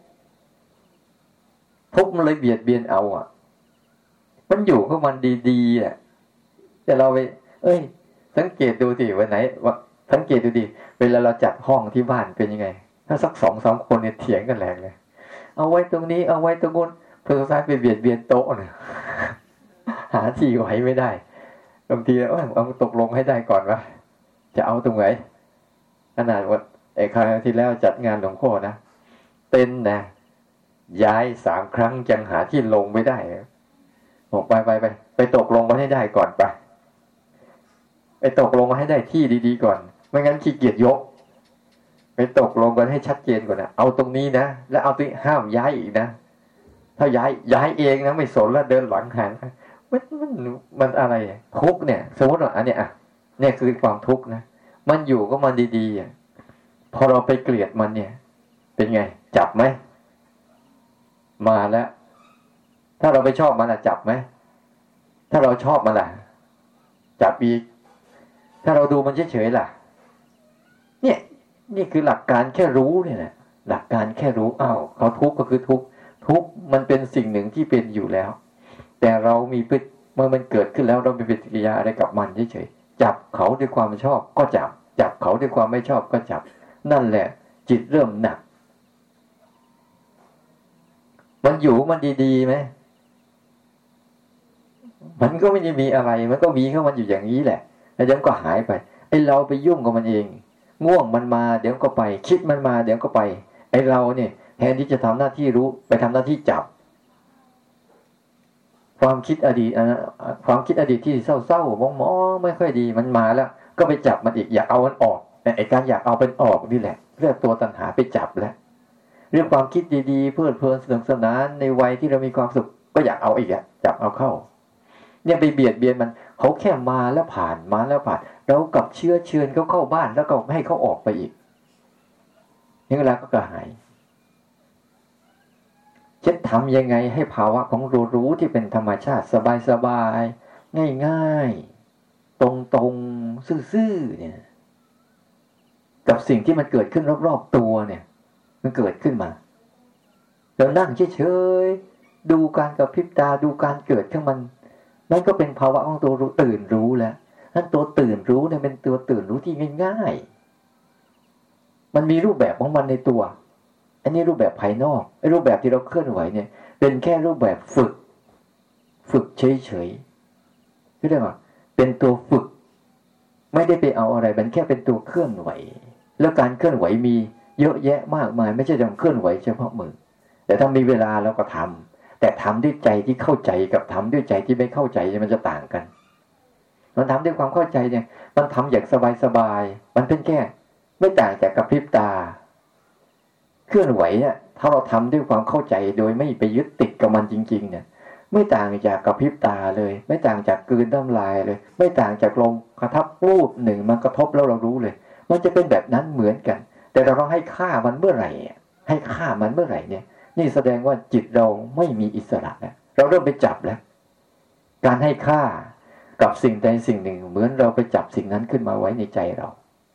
มันเลยเบียดเบียนเอามันอยู่ของมันดีๆแต่เราไปสังเกตดูสิวันไหนว่าสังเกตดูดิเวลาเราจัดห้องที่บ้านเป็นยังไงถ้าสัก2-3 คนเนี่ยเถียงกันแรงเลยเอาไว้ตรงนี้เอาไว้ตรงนู้นเพื่อซ้ายไปเบียดโต๊ะเนี่ยหาที่ไว้ไม่ได้บางทีเอาตกลงให้ได้ก่อนว่าจะเอาตรงไหนขนาดว่าครั้งที่แล้วจัดงานหลวงพ่อนะเต็นท์นะย้าย3 ครั้งยังหาที่ลงไม่ได้บอกไปตกลงมาให้ได้ก่อนไปตกลงมาให้ได้ที่ดีๆก่อนไม่งั้นขี้เกียจยกไปตกลงกันให้ชัดเจนก่อนนะเอาตรงนี้นะแล้วเอาตรงห้ามย้ายอีกนะถ้าย้ายเองนะไม่สนแล้วเดินหลังหันมันอะไรทุกเนี่ยสมมติว่าอันเนี้ยเนี่ยคือความทุกข์นะมันอยู่ก็มันดีๆพอเราไปเกลียดมันเนี่ยเป็นไงจับไหมมาแล้วถ้าเราไปชอบมันจับไหมถ้าเราชอบมันล่ะจับอีกถ้าเราดูมันเฉยๆล่ะเนี่ยนี่คือหลักการแค่รู้เนี่ยนะหลักการแค่รู้เขาทุกข์ก็คือทุกข์มันเป็นสิ่งหนึ่งที่เป็นอยู่แล้วแต่เรามีเมื่อมันเกิดขึ้นแล้วเรามีปฏิกิริยาอะไรกับมันเฉยๆจับเขาด้วยความชอบก็จับเขาด้วยความไม่ชอบก็จับนั่นแหละจิตเริ่มหนักมันอยู่มันดีๆไหมมันก็ไม่ได้มีอะไรมันก็มีเข้ามันอยู่อย่างนี้แหละแล้วเดี๋ยวก็หายไปไอ้เราไปยุ่งกับมันเองง่วงมันมาเดี๋ยวก็ไปคิดมันมาเดี๋ยวก็ไปไอ้เราเนี่ยแทนที่จะทำหน้าที่รู้ไปทำหน้าที่จับความคิดอดีตที่เศร้าๆมองไม่ค่อยดีมันมาแล้วก็ไปจับมันอีกอยากเอามันออกแต่ไอ้การอยากเอาเป็นออกนี่แหละเรื่องตัวตัณหาไปจับแล้วเรื่องความคิดดีๆเพลิดเพลินสนุกสนานในวัยที่เรามีความสุขก็อยากเอาอีกจับเอาเข้าเนี่ยไปเบียดเบียนมันเขาแค่มาแล้วผ่านเรากับเชิญเขาเข้าบ้านแล้วก็ให้เขาออกไปอีกนี่เวลาก็กระหายจะทำยังไงให้ภาวะของรู้ที่เป็นธรรมชาติสบายๆง่ายๆตรงๆซื่อๆเนี่ยกับสิ่งที่มันเกิดขึ้นรอบๆตัวเนี่ยมันเกิดขึ้นมาเรานั่งเฉยๆดูการกระพริบตาดูการเกิดของมันนั่นก็เป็นภาวะของตัวรู้ตื่นรู้แล้วนั่นตัวตื่นรู้เนี่ยเป็นตัวตื่นรู้ที่ง่ายๆมันมีรูปแบบของมันในตัวอันนี้รูปแบบภายนอกไอ้รูปแบบที่เราเคลื่อนไหวเนี่ยเป็นแค่รูปแบบฝึกเฉยๆเรียกว่าเป็นตัวฝึกไม่ได้ไปเอาอะไรมันแค่เป็นตัวเคลื่อนไหวแล้วการเคลื่อนไหวมีเยอะแยะมากมายไม่ใช่จะเคลื่อนไหวเฉพาะมือแต่ถ้ามีเวลาเราก็ทำแต่ทำด้วยใจที่เข้าใจกับทำด้วยใจที่ไม่เข้าใจมันจะต่างกันมันทำด้วยความเข้าใจเนี่ยมันทำอย่างสบายๆมันเป็นแค่ไม่ต่างจากกระพริบตาเคลื่อนไหวเนี่ยถ้าเราทำด้วยความเข้าใจโดยไม่ไปยึดติดกับมันจริงๆเนี่ยไม่ต่างจากกระพริบตาเลยไม่ต่างจากกลืนน้ำลายเลยไม่ต่างจากลมกระทบรูปหนึ่งมันกระทบแล้วเรารู้เลยมันจะเป็นแบบนั้นเหมือนกันแต่เราต้องให้ค่ามันเมื่อไหร่ให้ค่ามันเมื่อไหร่เนี่ยนี่แสดงว่าจิตเราไม่มีอิสระแล้วเราเริ่มไปจับแล้วการให้ค่ากับสิ่งใดสิ่งหนึ่งเหมือนเราไปจับสิ่งนั้นขึ้นมาไว้ในใจเรา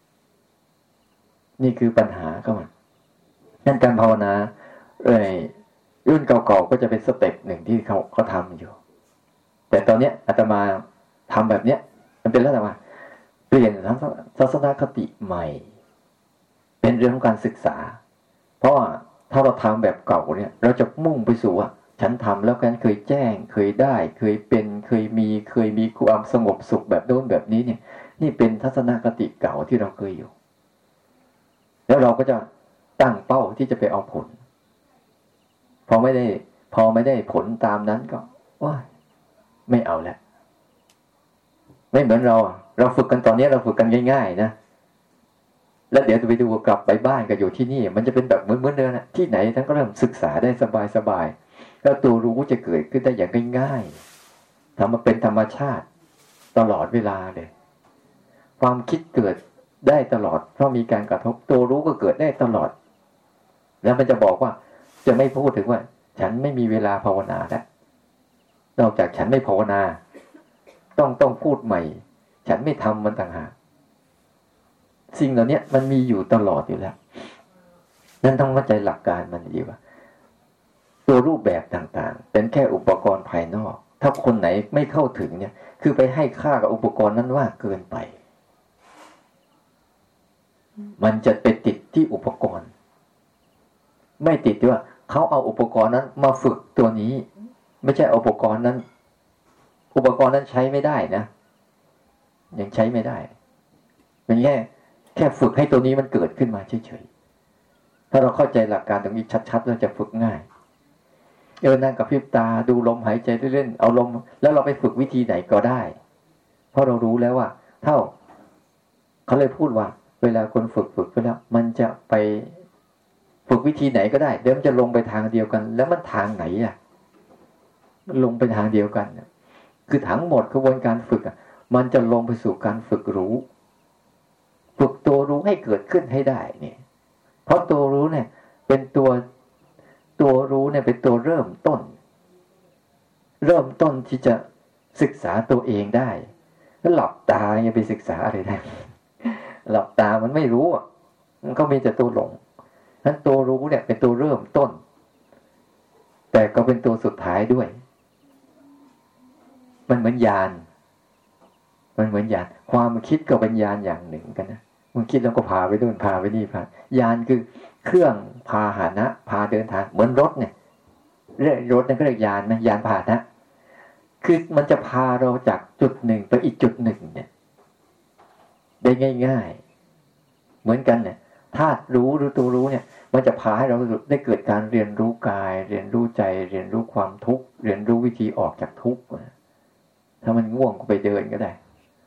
นี่คือปัญหาเข้ามานั่นการภาวนารุ่นเก่าๆก็จะเป็นสเต็ปหนึ่งที่เขาทำอยู่แต่ตอนนี้อาตมาทำแบบเนี้ยมันเป็นแล้วแต่ว่าเปลี่ยนทัศนคติใหม่เป็นเรื่องของการศึกษาเพราะว่าถ้าเราทำแบบเก่าเนี่ยเราจะมุ่งไปสู่ว่าฉันทำแล้วฉันเคยแจ้งเคยได้เคยเป็นเคยมีความสงบสุขแบบโน้นแบบนี้เนี่ยนี่เป็นทัศนคติเก่าที่เราเคยอยู่แล้วเราก็จะตั้งเป้าที่จะไปเอาผลพอไม่ได้ผลตามนั้นก็ว่าไม่เอาแล้วไม่เหมือนเราฝึกกันตอนนี้เราฝึกกันง่ายๆนะแล้วเดี๋ยวจะไปดูกลับไปบ้านก็อยู่ที่นี่มันจะเป็นแบบเหมือนเดิมนะที่ไหนท่านก็เริ่มศึกษาได้สบายๆแล้วตัวรู้จะเกิดขึ้นได้อย่างง่ายๆทำมาเป็นธรรมชาติตลอดเวลาเลยความคิดเกิดได้ตลอดเพราะมีการกระทบตัวรู้ก็เกิดได้ตลอดแล้วมันจะบอกว่าจะไม่พูดถึงว่าฉันไม่มีเวลาภาวนาแล้วนอกจากฉันไม่ภาวนาต้องพูดใหม่ฉันไม่ทำมันต่างหากสิ่งเหล่านี้มันมีอยู่ตลอดอยู่แล้วนั่นต้องเข้าใจหลักการมันดีว่าตัวรูปแบบต่างๆเป็นแค่อุปกรณ์ภายนอกถ้าคนไหนไม่เข้าถึงเนี่ยคือไปให้ค่ากับอุปกรณ์นั้นว่าเกินไปมันจะไปติดที่อุปกรณ์ไม่ติดที่ว่าเขาเอาอุปกรณ์นั้นมาฝึกตัวนี้ไม่ใช่อุปกรณ์นั้นใช้ไม่ได้นะยังใช้ไม่ได้มันแค่ฝึกให้ตัวนี้มันเกิดขึ้นมาเฉยๆถ้าเราเข้าใจหลักการตรงนี้ชัดๆเราจะฝึกง่ายนั่งกับพริบตาดูลมหายใจเล่นๆเอาลมแล้วเราไปฝึกวิธีไหนก็ได้เพราะเรารู้แล้วว่าเท่าเขาเลยพูดว่าเวลาคนฝึกไปแล้วมันจะไปฝึกวิธีไหนก็ได้เดี๋ยวมันจะลงไปทางเดียวกันแล้วมันทางไหนอ่ะลงไปทางเดียวกันคือทั้งหมดกระบวนการฝึกมันจะลงไปสู่การฝึกรู้ฝึกตัวรู้ให้เกิดขึ้นให้ได้เนี่ยเพราะตัวรู้เนี่ยเป็นตัวรู้เนี่ยเป็นตัวเริ่มต้นที่จะศึกษาตัวเองได้แล้วหลับตาอย่าไปศึกษาอะไรได้หลับตามันไม่รู้มันก็มีแต่ตัวหลงนั้นตัวรู้เนี่ยเป็นตัวเริ่มต้นแต่ก็เป็นตัวสุดท้ายด้วยมันเหมือนยานความคิดก็เป็นยานอย่างหนึ่งกันนะมันคิดแล้วก็พาไปนู่นพาไปนี่พายานคือเครื่องพาหนะพาเดินทางเหมือนรถเนี่ยรถนั่นก็เรียกยานนะยานพาหนะคือมันจะพาเราจากจุดหนึ่งไปอีกจุดหนึ่งเนี่ยได้ง่ายๆเหมือนกันเนี่ยธาตุรู้หรือตัวรู้เนี่ยมันจะพาให้เราได้เกิดการเรียนรู้กายเรียนรู้ใจเรียนรู้ความทุกข์เรียนรู้วิธีออกจากทุกข์ถ้ามันง่วงก็ไปเดินก็ได้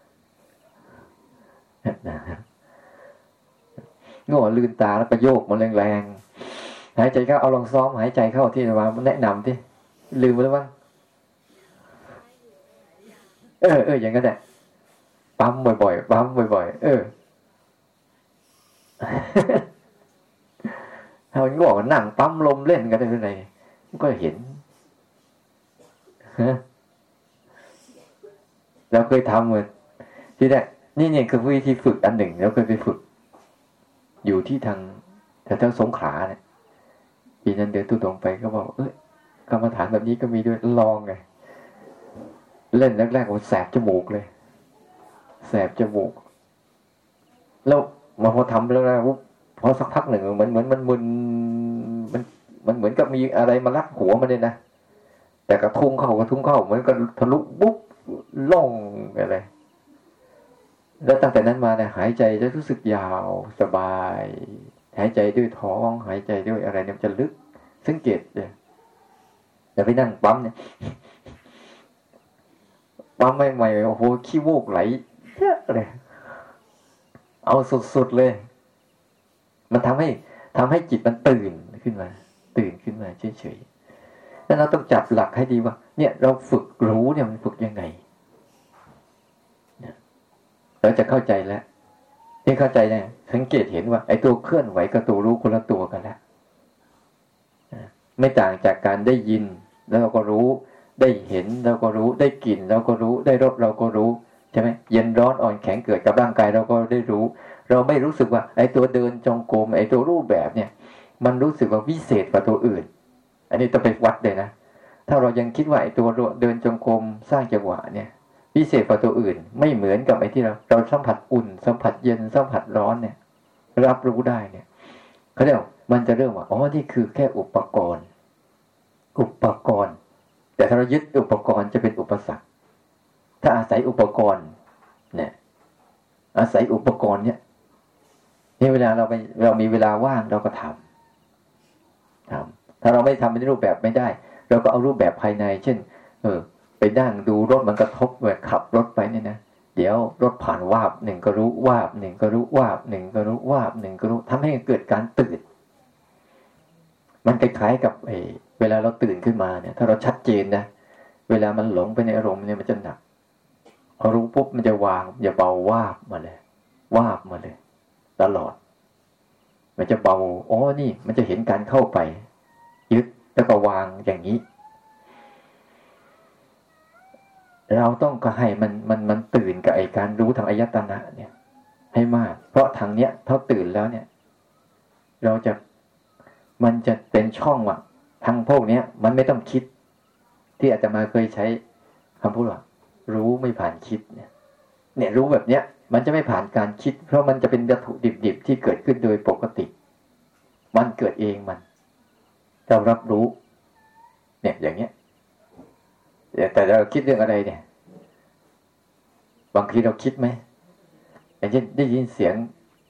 ง่วงลืมตาแล้วประโยคมันแรงๆหายใจเข้าเอาลองซ้อมหายใจเข้าที่ว่ามันแนะนำที่ลืมไปแล้วบ้างอย่างนั้นแหละปั๊มบ่อยๆปั๊มบ่อยๆถ้ามันง่วงนั่งปั๊มลมเล่นกันได้ยังไงมันก็เห็นเราเคยทำเหมือนที่แรกนี่คือวิธีฝึกอันหนึ่งเราเคยไปฝึกอยู่ที่ทางแถวสงขลาเนี่ยปีนั้นเดินตุดงไปก็บอกกรรมฐานแบบนี้ก็มีด้วยลองไงเล่นแรกๆมันแสบจมูกเลยแสบจมูกแล้วมาพอทำแล้วพอสักพักหนึ่งเหมือนมันมึนมันเหมือนกับมีอะไรมาลักหัวมันเลยนะแต่กระทุ้งเข้าเหมือนกับทะลุบุ๊บล่องอะไรแล้วตั้งแต่นั้นมาเนี่ยหายใจจะรู้สึกยาวสบายหายใจด้วยท้องหายใจด้วยอะไรเนี่ยจะลึกสังเกตเลยอย่าไปนั่งปั๊มเนี่ยปั๊มใหม่ๆโอ้โหขี้มูกไหลเยอะเลยเอาสุดๆเลยมันทำให้จิตมันตื่นขึ้นมาเฉยๆแล้วเราต้องจับหลักให้ดีว่าเนี่ยเราฝึกรู้เนี่ยมันฝึกยังไงเราจะเข้าใจแล้วที่เข้าใจเนี่ยสังเกตเห็นว่าไอ้ตัวเคลื่อนไหวกับตัวรู้คนละตัวกันแล้วไม่ต่างจากการได้ยินแล้วเราก็รู้ได้เห็นเราก็รู้ได้กลิ่นเราก็รู้ได้รสเราก็รู้ใช่ไหมเย็นร้อนอ่อนแข็งเกิดกับร่างกายเราก็ได้รู้เราไม่รู้สึกว่าไอ้ตัวเดินจงกรมไอ้ตัวรูปแบบเนี่ยมันรู้สึกว่าวิเศษกว่าตัวอื่นอันนี้ต้องไปวัดเลยนะถ้าเรายังคิดว่าไอ้ตัวเดินจงกรมสร้างจังหวะเนี่ยพิเศษกว่าตัวอื่นไม่เหมือนกับไอ้ที่เราสัมผัสอุ่นสัมผัสเย็นสัมผัสร้อนเนี่ยรับรู้ได้เนี่ยเขาเรียกมันจะเริ่มว่านี่คือแค่อุปกรณ์แต่ถ้าเรายึดอุปกรณ์จะเป็นอุปสรรคถ้าอาศัยอุปกรณ์เนี่ยอาศัยอุปกรณ์เนี่ยเวลาเรามีเวลาว่างเราก็ทำถ้าเราไม่ทำเป็นรูปแบบไม่ได้เราก็เอารูปแบบภายในเช่นไปนั่งดูรถมันกระทบแบบขับรถไปเนี่ยนะเดี๋ยวรถผ่านวาบหนึ่งก็รู้วาบหนึ่งก็รู้วาบหนึ่งก็รู้วาบหนึ่งก็รู้ทำให้เกิดการตื่นมันคล้ายๆกับเวลาเราตื่นขึ้นมาเนี่ยถ้าเราชัดเจนนะเวลามันหลงไปในอารมณ์เนี่ยมันจะหนักพอรู้ปุ๊บมันจะวางอย่าเบาวาบมาเลยตลอดมันจะเบานี่มันจะเห็นการเข้าไปยึดแล้วก็วางอย่างนี้เราต้องก็ให้มันตื่นกับไอ้การรู้ทางอายตนะเนี่ยให้มากเพราะทางเนี้ยถ้าตื่นแล้วเนี่ยมันจะเป็นช่องว่ะทางพวกเนี้ยมันไม่ต้องคิดที่อาตมาเคยใช้คำพูดว่ารู้ไม่ผ่านคิดเนี่ยรู้แบบเนี้ยมันจะไม่ผ่านการคิดเพราะมันจะเป็นวัตถุดิบๆที่เกิดขึ้นโดยปกติมันเกิดเองมันเรารับรู้เนี่ยอย่างเงี้ยแต่เราคิดเรื่องอะไรเนี่ยบางทีเราคิดไหมอย่างเช่นได้ยินเสียง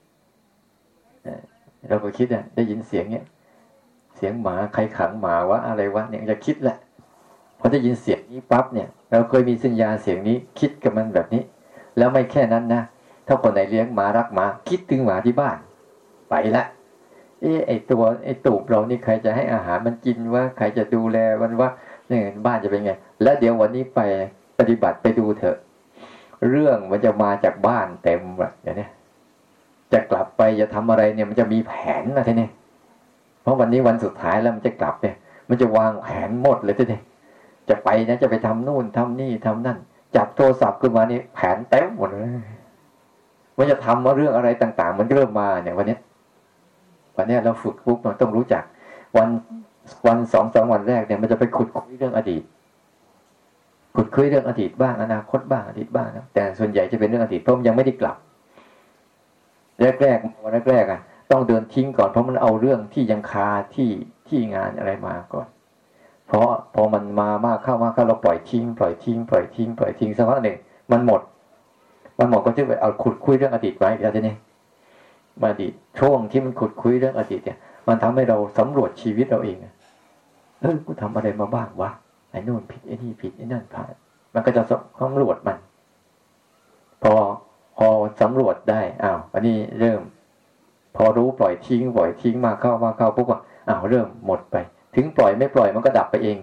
เราก็คิดได้ยินเสียงเนี้ยเสียงหมาใครขังหมาวะอะไรวะเนี่ยจะคิดแหละพอได้ยินเสียงนี้ปั๊บเนี่ยเราเคยมีสัญญาเสียงนี้คิดกับมันแบบนี้แล้วไม่แค่นั้นนะถ้าคนไหนเลี้ยงหมารักหมาคิดถึงหมาที่บ้านไปละไอ้ตูบเรานี่ใครจะให้อาหารมันกินวะใครจะดูแลมันวะเนี่ยบ้านจะเป็นไงแล้วเดี๋ยววันนี้ไปปฏิบัติไปดูเถอะเรื่องมันจะมาจากบ้านเต็มแบบนี้จะกลับไปจะทำอะไรเนี่ยมันจะมีแผนนะทีนี้เพราะวันนี้วันสุดท้ายแล้วมันจะกลับเนี่ยมันจะวางแผนหมดเลยทีนี้จะไปนะจะไปทำนู่นทำนี่ทำนั่นจับโทรศัพท์ขึ้นมานี่แผนเต็มหมดเลยว่าจะทำว่าเรื่องอะไรต่างๆมันเริ่มมาเนี่ยวันนี้เราฝึกปุ๊บมันต้องรู้จักวัน2-3 วันแรกเนี่ยมันจะไปขุดคุยเรื่องอดีตขุดคุยเรื่องอดีตบ้างอนาคตบ้างอดีตบ้างนะแต่ส่วนใหญ่จะเป็นเรื่องอดีตเพราะมันยังไม่ได้กลับแรกต้องเดินทิ้งก่อนเพราะมันเอาเรื่องที่ยังคาที่งานอะไรมาก่อนเพราะพอมันมามากเข้าเราปล่อยทิ้งสักพักหนึ่งมันหมดก็จะไปเอาขุดคุยเรื่องอดีตไว้แล้วทีนี้มาอดีตช่วงที่มันขุดคุยเรื่องอดีตเนี่ยมันทำให้เราสำรวจชีวิตเราเองกูทำอะไรมาบ้างวะไอ้นู่นผิดไอ้นี่ผิดไอ้นั่นพลาดมันก็จะสำรวจมันพอสำรวจได้วันนี้เริ่มพอรู้ปล่อยทิ้งมาเข้าปุ๊บว่าเริ่มหมดไปถึงปล่อยไม่ปล่อยมันก็ดับไปเอง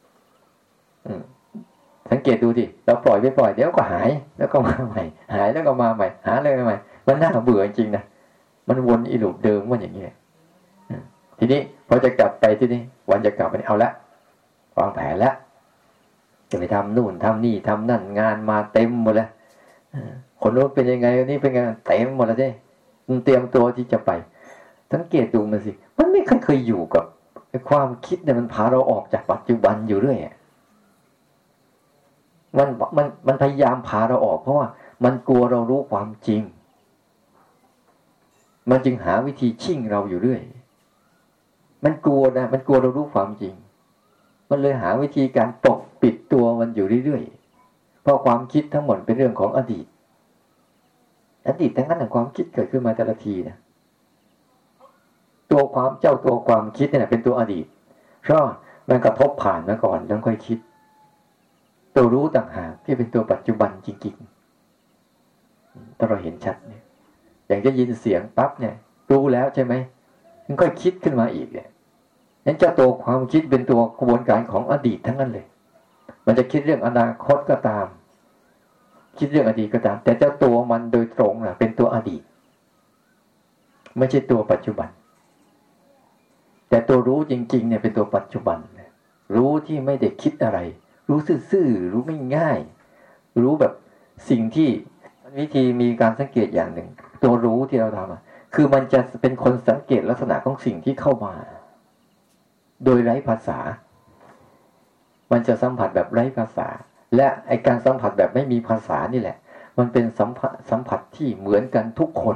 สังเกตดูดิเราปล่อยไม่ปล่อยเดี๋ยวก็หายแล้วก็มาใหม่หายแล้วก็มาใหม่หาเลยใหม่มันน่าเบื่อจริงนะมันวนอีลูปเดิมว่าอย่างนี้ทีนี้พอจะกลับไปที่นี่วันจะกลับไปเอาละวางแผนแล้วจะไปทำนู่นทำนี่ทำนั่นงานมาเต็มหมดแล้วคนนู้นเป็นยังไงนี่เป็นไงเต็มหมดแล้วเด้เตรียมตัวที่จะไปสังเกตดูมันสิมันไม่เคยอยู่กับความคิดเนี่ยมันพาเราออกจากปัจจุบันอยู่เรื่อยมันพยายามพาเราออกเพราะว่ามันกลัวเรารู้ความจริงมันจึงหาวิธีชิ่งเราอยู่เรื่อยมันกลัวเรารู้ความจริงมันเลยหาวิธีการปกปิดตัวมันอยู่เรื่อยๆเพราะความคิดทั้งหมดเป็นเรื่องของอดีตทั้งนั้นความคิดเกิดขึ้นมาแต่ละทีนะตัวความคิดเนี่ยเป็นตัวอดีตเพราะมันกระทบผ่านมาก่อนแล้วค่อยคิดตัวรู้ต่างหากที่เป็นตัวปัจจุบันจริงๆถ้าเราเห็นชัดเนี่ยอย่างจะยินเสียงปั๊บเนี่ยรู้แล้วใช่ไหมมันค่อยคิดขึ้นมาอีกเนี่ยนั้นเจ้าตัวความคิดเป็นตัวกระบวนการของอดีตทั้งนั้นเลยมันจะคิดเรื่องอนาคตก็ตามคิดเรื่องอดีตก็ตามแต่เจ้าตัวมันโดยตรงน่ะเป็นตัวอดีตไม่ใช่ตัวปัจจุบันแต่ตัวรู้จริงๆเนี่ยเป็นตัวปัจจุบันรู้ที่ไม่ได้คิดอะไรรู้ซื่อๆรู้ง่ายๆรู้แบบสิ่งที่วิธีมีการสังเกตอย่างหนึ่งตัวรู้ที่เราทำคือมันจะเป็นคนสังเกตลักษณะของสิ่งที่เข้ามาโดยไร้ภาษามันจะสัมผัสแบบไร้ภาษาและไอการสัมผัสแบบไม่มีภาษานี่แหละมันเป็นสัมผัสที่เหมือนกันทุกคน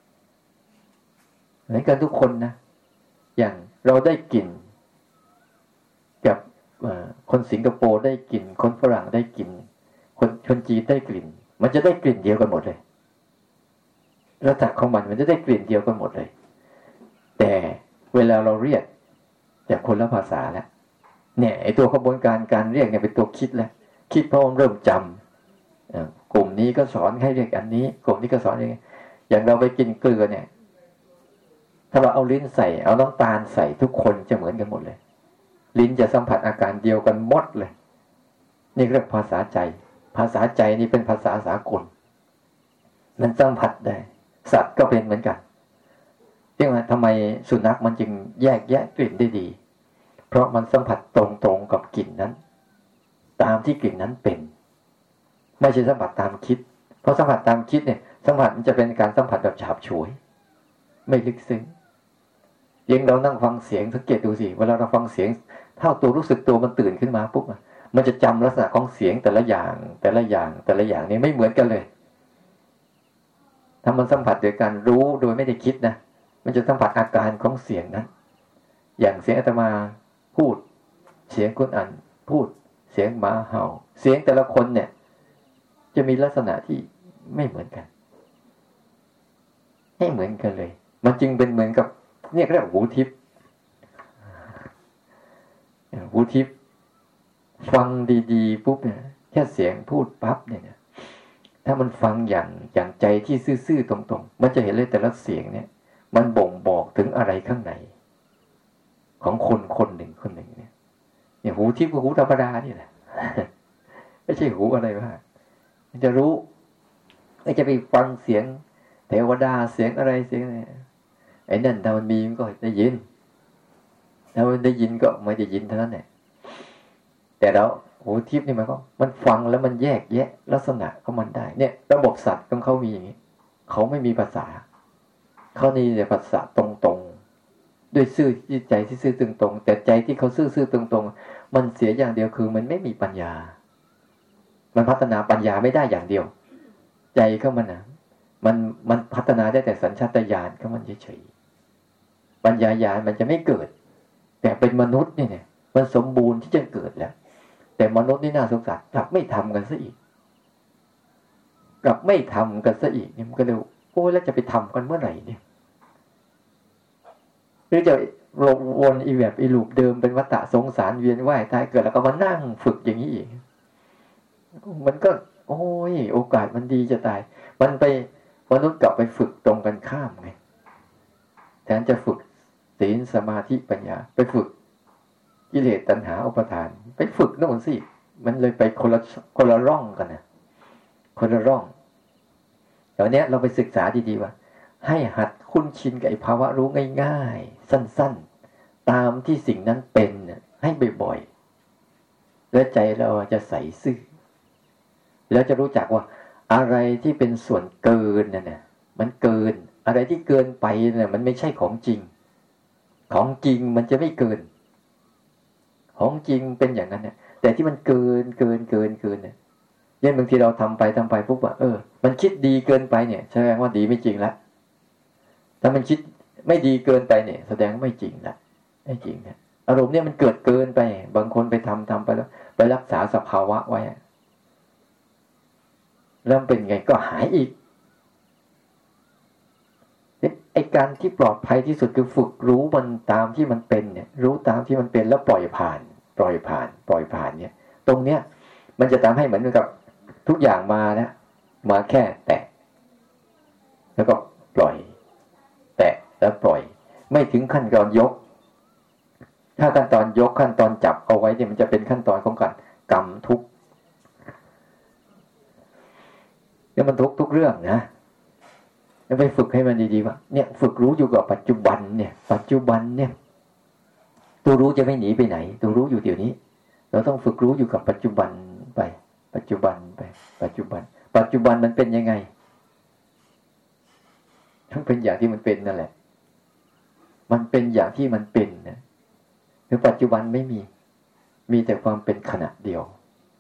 เหมือนกันทุกคนนะอย่างเราได้กลิ่นกับคนสิงคโปร์ได้กลิ่นคนฝรั่งได้กลิ่นคนจีนได้กลิ่นมันจะได้กลิ่นเดียวกันหมดเลยรสชาติของมันจะได้กลิ่นเดียวกันหมดเลยแต่เวลาเราเรียกจากคนละภาษาแล้วเนี่ยไอตัวกระบวนการการเรียกเนี่ยเป็นตัวคิดแล้วคิดเพราะมันเริ่มจำกลุ่มนี้ก็สอนให้เรียกอันนี้กลุ่มนี้ก็สอนอย่างเราไปกินเกลือเนี่ยถ้าเราเอาลิ้นใส่เอาน้ำตาลใส่ทุกคนจะเหมือนกันหมดเลยลิ้นจะสัมผัสอาการเดียวกันหมดเลยนี่เรียกภาษาใจนี่เป็นภาษาสากลมันสัมผัสได้สัตว์ก็เป็นเหมือนกันเรียกว่าทำไมสุนัขมันจึงแยกแยะกลิ่นได้ดีเพราะมันสัมผัสตรงๆกับกลิ่นนั้นตามที่กลิ่นนั้นเป็นไม่ใช่สัมผัสตามคิดเพราะสัมผัสตามคิดเนี่ยสัมผัสมันจะเป็นการสัมผัสแบบฉาบฉวยไม่ลึกซึ้งยังเรานั่งฟังเสียงสังเกตดูสิเวลาเราฟังเสียงเท่าตัวรู้สึกตัวมันตื่นขึ้นมาปุ๊บมันจะจำลักษณะของเสียงแต่ละอย่างนี่ไม่เหมือนกันเลยถ้ามันสัมผัสโดยการรู้โดยไม่ได้คิดนะมันจะสัมผัสอาการของเสียงนั้นอย่างเสียงอาตมาพูดเสียงคุณอันพูดเสียงหมาเห่าเสียงแต่ละคนเนี่ยจะมีลักษณะที่ไม่เหมือนกันไม่เหมือนกันเลยมันจึงเป็นเหมือนกับเนี่ยเรียกหูทิพย์หูทิพย์ฟังดีๆปุ๊บเนี่ยแค่เสียงพูดปั๊บเนี่ยถ้ามันฟังอย่างใจที่ซื่อๆตรงๆมันจะเห็นเลยแต่ละเสียงเนี่ยมันบ่งบอกถึงอะไรข้างในของคนหนึ่งเนี่ยหูทิพย์กับหูธรรมดานี่แหละ ไม่ใช่หูอะไรมากมันจะรู้ไม่จะไปฟังเสียงเทวดาเสียงอะไรเสียงอะไรไอ้นั่นถ้ามันมีมันก็ได้ยินถ้ามันได้ยินก็ไม่ได้ยินเท่านั้นแหละแต่เราหูทิพย์นี่มันฟังแล้วมันแยกแยะลักษณะของมันได้เนี่ยระบบสัตว์ของเขามีอย่างนี้เขาไม่มีภาษาเขานี่แต่ภาษาตรงๆด้วยซื่อใจที่ซื่อตรงๆแต่ใจที่เขาซื่อตรงๆมันเสียอย่างเดียวคือมันไม่มีปัญญามันพัฒนาปัญญาไม่ได้อย่างเดียวใจเขามันพัฒนาได้แต่สัญชาตญาณของมันเฉยๆปัญญาญาณมันจะไม่เกิดแต่เป็นมนุษย์เนี่ยมันสมบูรณ์ที่จะเกิดแล้วแต่มนุษย์นี่น่าสงสารกลับไม่ทำกันซะอีกเนี่ยมันก็เลยโอ้ยแล้วจะไปทำกันเมื่อไหร่เนี่ยหรือจะวนอีแบบอีลูปเดิมเป็นวัฏฏะสงสารเวียนว่ายตายเกิดแล้วก็มานั่งฝึกอย่างนี้อีกมันก็โอ้ยโอกาสมันดีจะตายมันไปมนุษย์กลับไปฝึกตรงกันข้ามไงแทนจะฝึกศีลสมาธิปัญญาไปฝึกกิเลสตัณหาอุปาทานไปฝึกโน่นสิมันเลยไปคนละร่องกันนะคนละร่องเดี๋ยวนี้เราไปศึกษาดีๆว่าให้หัดคุ้นชินกับไอ้ภาวะรู้ง่ายๆสั้นๆตามที่สิ่งนั้นเป็นให้บ่อยๆแล้วใจเราจะใสซื่อแล้วจะรู้จักว่าอะไรที่เป็นส่วนเกินน่ะมันเกินอะไรที่เกินไปน่ะมันไม่ใช่ของจริงของจริงมันจะไม่เกินของจริงเป็นอย่างนั้นเนี่ยแต่ที่มันเกินเนี่ยบางทีเราทำไปปุ๊บว่ามันคิดดีเกินไปเนี่ยแสดงว่าดีไม่จริงละถ้ามันคิดไม่ดีเกินไปเนี่ยแสดงว่าไม่จริงละไม่จริงนะอารมณ์เนี่ยมันเกิดเกินไปบางคนไปทำไปแล้วไปรักษาสภาวะไว้แล้วเป็นไงก็หายอีกไอ้การที่ปลอดภัยที่สุดคือฝึกรู้มันตามที่มันเป็นเนี่ยรู้ตามที่มันเป็นแล้วปล่อยผ่านเนี่ยตรงเนี้ยมันจะทำให้เหมือนกับทุกอย่างมาแล้วมาแค่แตะแล้วก็ปล่อยแตะแล้วปล่อยไม่ถึงขั้นตอนยกถ้าขั้นตอนยกขั้นตอนจับเอาไว้เนี่ยมันจะเป็นขั้นตอนของการกำทุกแล้วมันทุกเรื่องนะแล้วไปฝึกให้มันดีๆว่าเนี่ยฝึกรู้อยู่กับปัจจุบันเนี่ยตัวรู้จะไม่หนีไปไหนตัวรู้อยู่เดี๋ยวนี้เราต้องฝึกรู้อยู่กับปัจจุบันไปปัจจุบันมันเป็นยังไงต้องเป็นอย่างที่มันเป็นนั่นแหละมันเป็นอย่างที่มันเป็นนะคือปัจจุบันไม่มีแต่ความเป็นขณะเดียว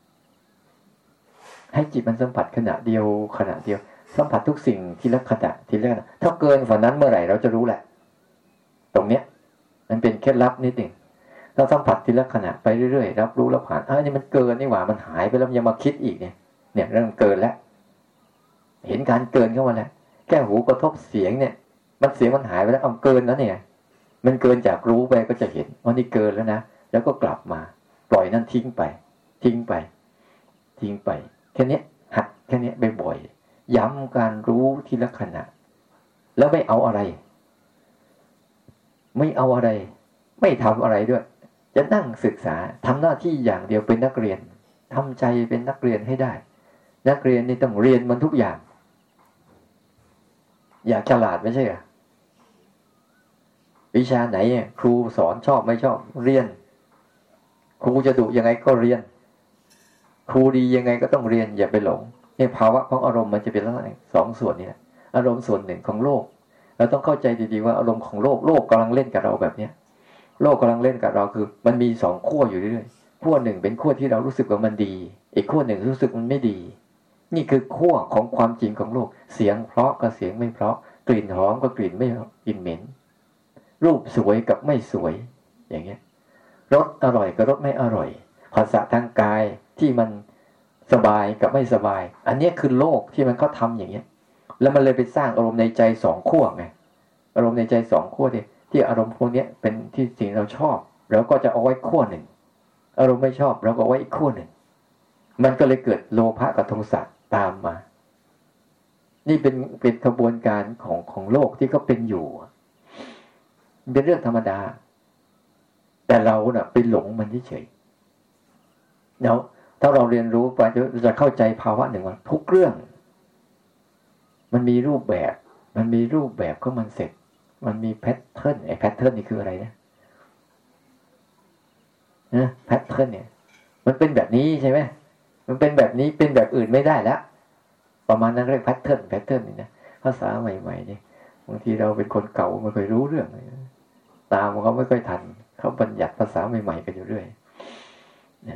ให้จิตมันสัมผัสขณะเดียวสัมผัสทุกสิ่งทีละขณะถ้าเกินกว่านั้นเมื่อไหร่เราจะรู้แหละตรงเนี้ยมันเป็นเคล็ดลับนิดหนึ่งเราสัมผัสทีละขณะไปเรื่อยๆรับรู้แล้วผ่านนี่มันเกินนี่หว่ามันหายไปแล้วยังมาคิดอีกเนี่ยเริ่มเกินแล้วเห็นการเกินเข้ามาแล้วแค่หูกระทบเสียงเนี่ยมันเสียงมันหายไปแล้วเอาเกินแล้วเนี่ยมันเกินจากรู้ไปก็จะเห็นว่านี่เกินแล้วนะแล้วก็กลับมาปล่อยนั่นทิ้งไปแค่นี้หัดแค่นี้บ่อยๆย้ำการรู้ทีละขณะแล้วไม่เอาอะไรไม่ทำอะไรด้วยจะนั่งศึกษาทำหน้าที่อย่างเดียวเป็นนักเรียนทำใจเป็นนักเรียนให้ได้นักเรียนนี่ต้องเรียนมันทุกอย่างอยากฉลาดไม่ใช่เหรอวิชาไหนครูสอนชอบไม่ชอบเรียนครูจะดุยังไงก็เรียนครูดียังไงก็ต้องเรียนอย่าไปหลงในภาวะของอารมณ์มันจะเป็นลักษณะสองส่วนนี้นะอารมณ์ส่วนหนึ่งของโลกเราต้องเข้าใจดีๆว่าอารมณ์ของโลกกำลังเล่นกับเราแบบนี้โลกกำลังเล่นกับเราคือมันมีสองขั้วอยู่เรื่อยๆขั้วหนึ่งเป็นขั้วที่เรารู้สึกว่ามันดีอีกขั้วหนึ่งรู้สึกมันไม่ดีนี่คือขั้วของความจริงของโลกเสียงเพราะกับเสียงไม่เพราะกลิ่นหอมกับกลิ่นไม่กลิ่นเหม็นรูปสวยกับไม่สวยอย่างเงี้ยรสอร่อยกับรสไม่อร่อยภาษาทางกายที่มันสบายกับไม่สบายอันนี้คือโลกที่มันเขาทำอย่างเงี้ยแล้วมันเลยไปสร้างอารมณ์ในใจสองขั้วไงอารมณ์ในใจสองขั้วที่อารมณ์พวกนี้เป็นที่สิ่งเราชอบเราก็จะเอาไว้ขั้วหนึ่งอารมณ์ไม่ชอบเราก็ไว้อีกขั้วหนึ่งมันก็เลยเกิดโลภะกับโทสะตามมานี่เป็นกระบวนการของโลกที่เขาเป็นอยู่เป็นเรื่องธรรมดาแต่เราน่ะไปหลงมันเฉยๆแล้วถ้าเราเรียนรู้ไปจะเข้าใจภาวะหนึ่งว่าทุกเรื่องมันมีรูปแบบของมันเสร็จมันมีแพทเทิร์นไอ้แพทเทิร์นนี่คืออะไรนะแพทเทิร์นเนี่ยมันเป็นแบบนี้ใช่ไหมมันเป็นแบบนี้เป็นแบบอื่นไม่ได้แล้วประมาณนั้นเรียกแพทเทิร์นนี่นะภาษาใหม่ๆนี่บางทีเราเป็นคนเก่าไม่เคยรู้เรื่องตามเขาไม่ค่อยทันเขาบัญญัติภาษาใหม่ๆกันอยู่เรื่อยเนี่ย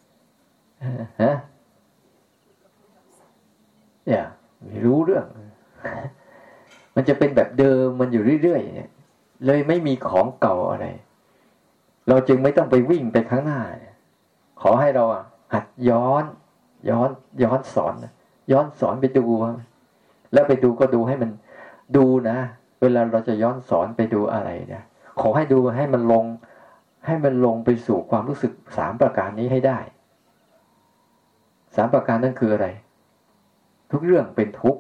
ไม่รู้เรื่องมันจะเป็นแบบเดิมมันอยู่เรื่อยๆเนี่ยเลยไม่มีของเก่าอะไรเราจึงไม่ต้องไปวิ่งไปข้างหน้าขอให้เราหัดย้อนสอนไปดูแล้วไปดูก็ดูให้มันดูนะเวลาเราจะย้อนสอนไปดูอะไรนะขอให้ดูให้มันลงไปสู่ความรู้สึก3ประการนี้ให้ได้3ประการนั่นคืออะไรทุกเรื่องเป็นทุกข์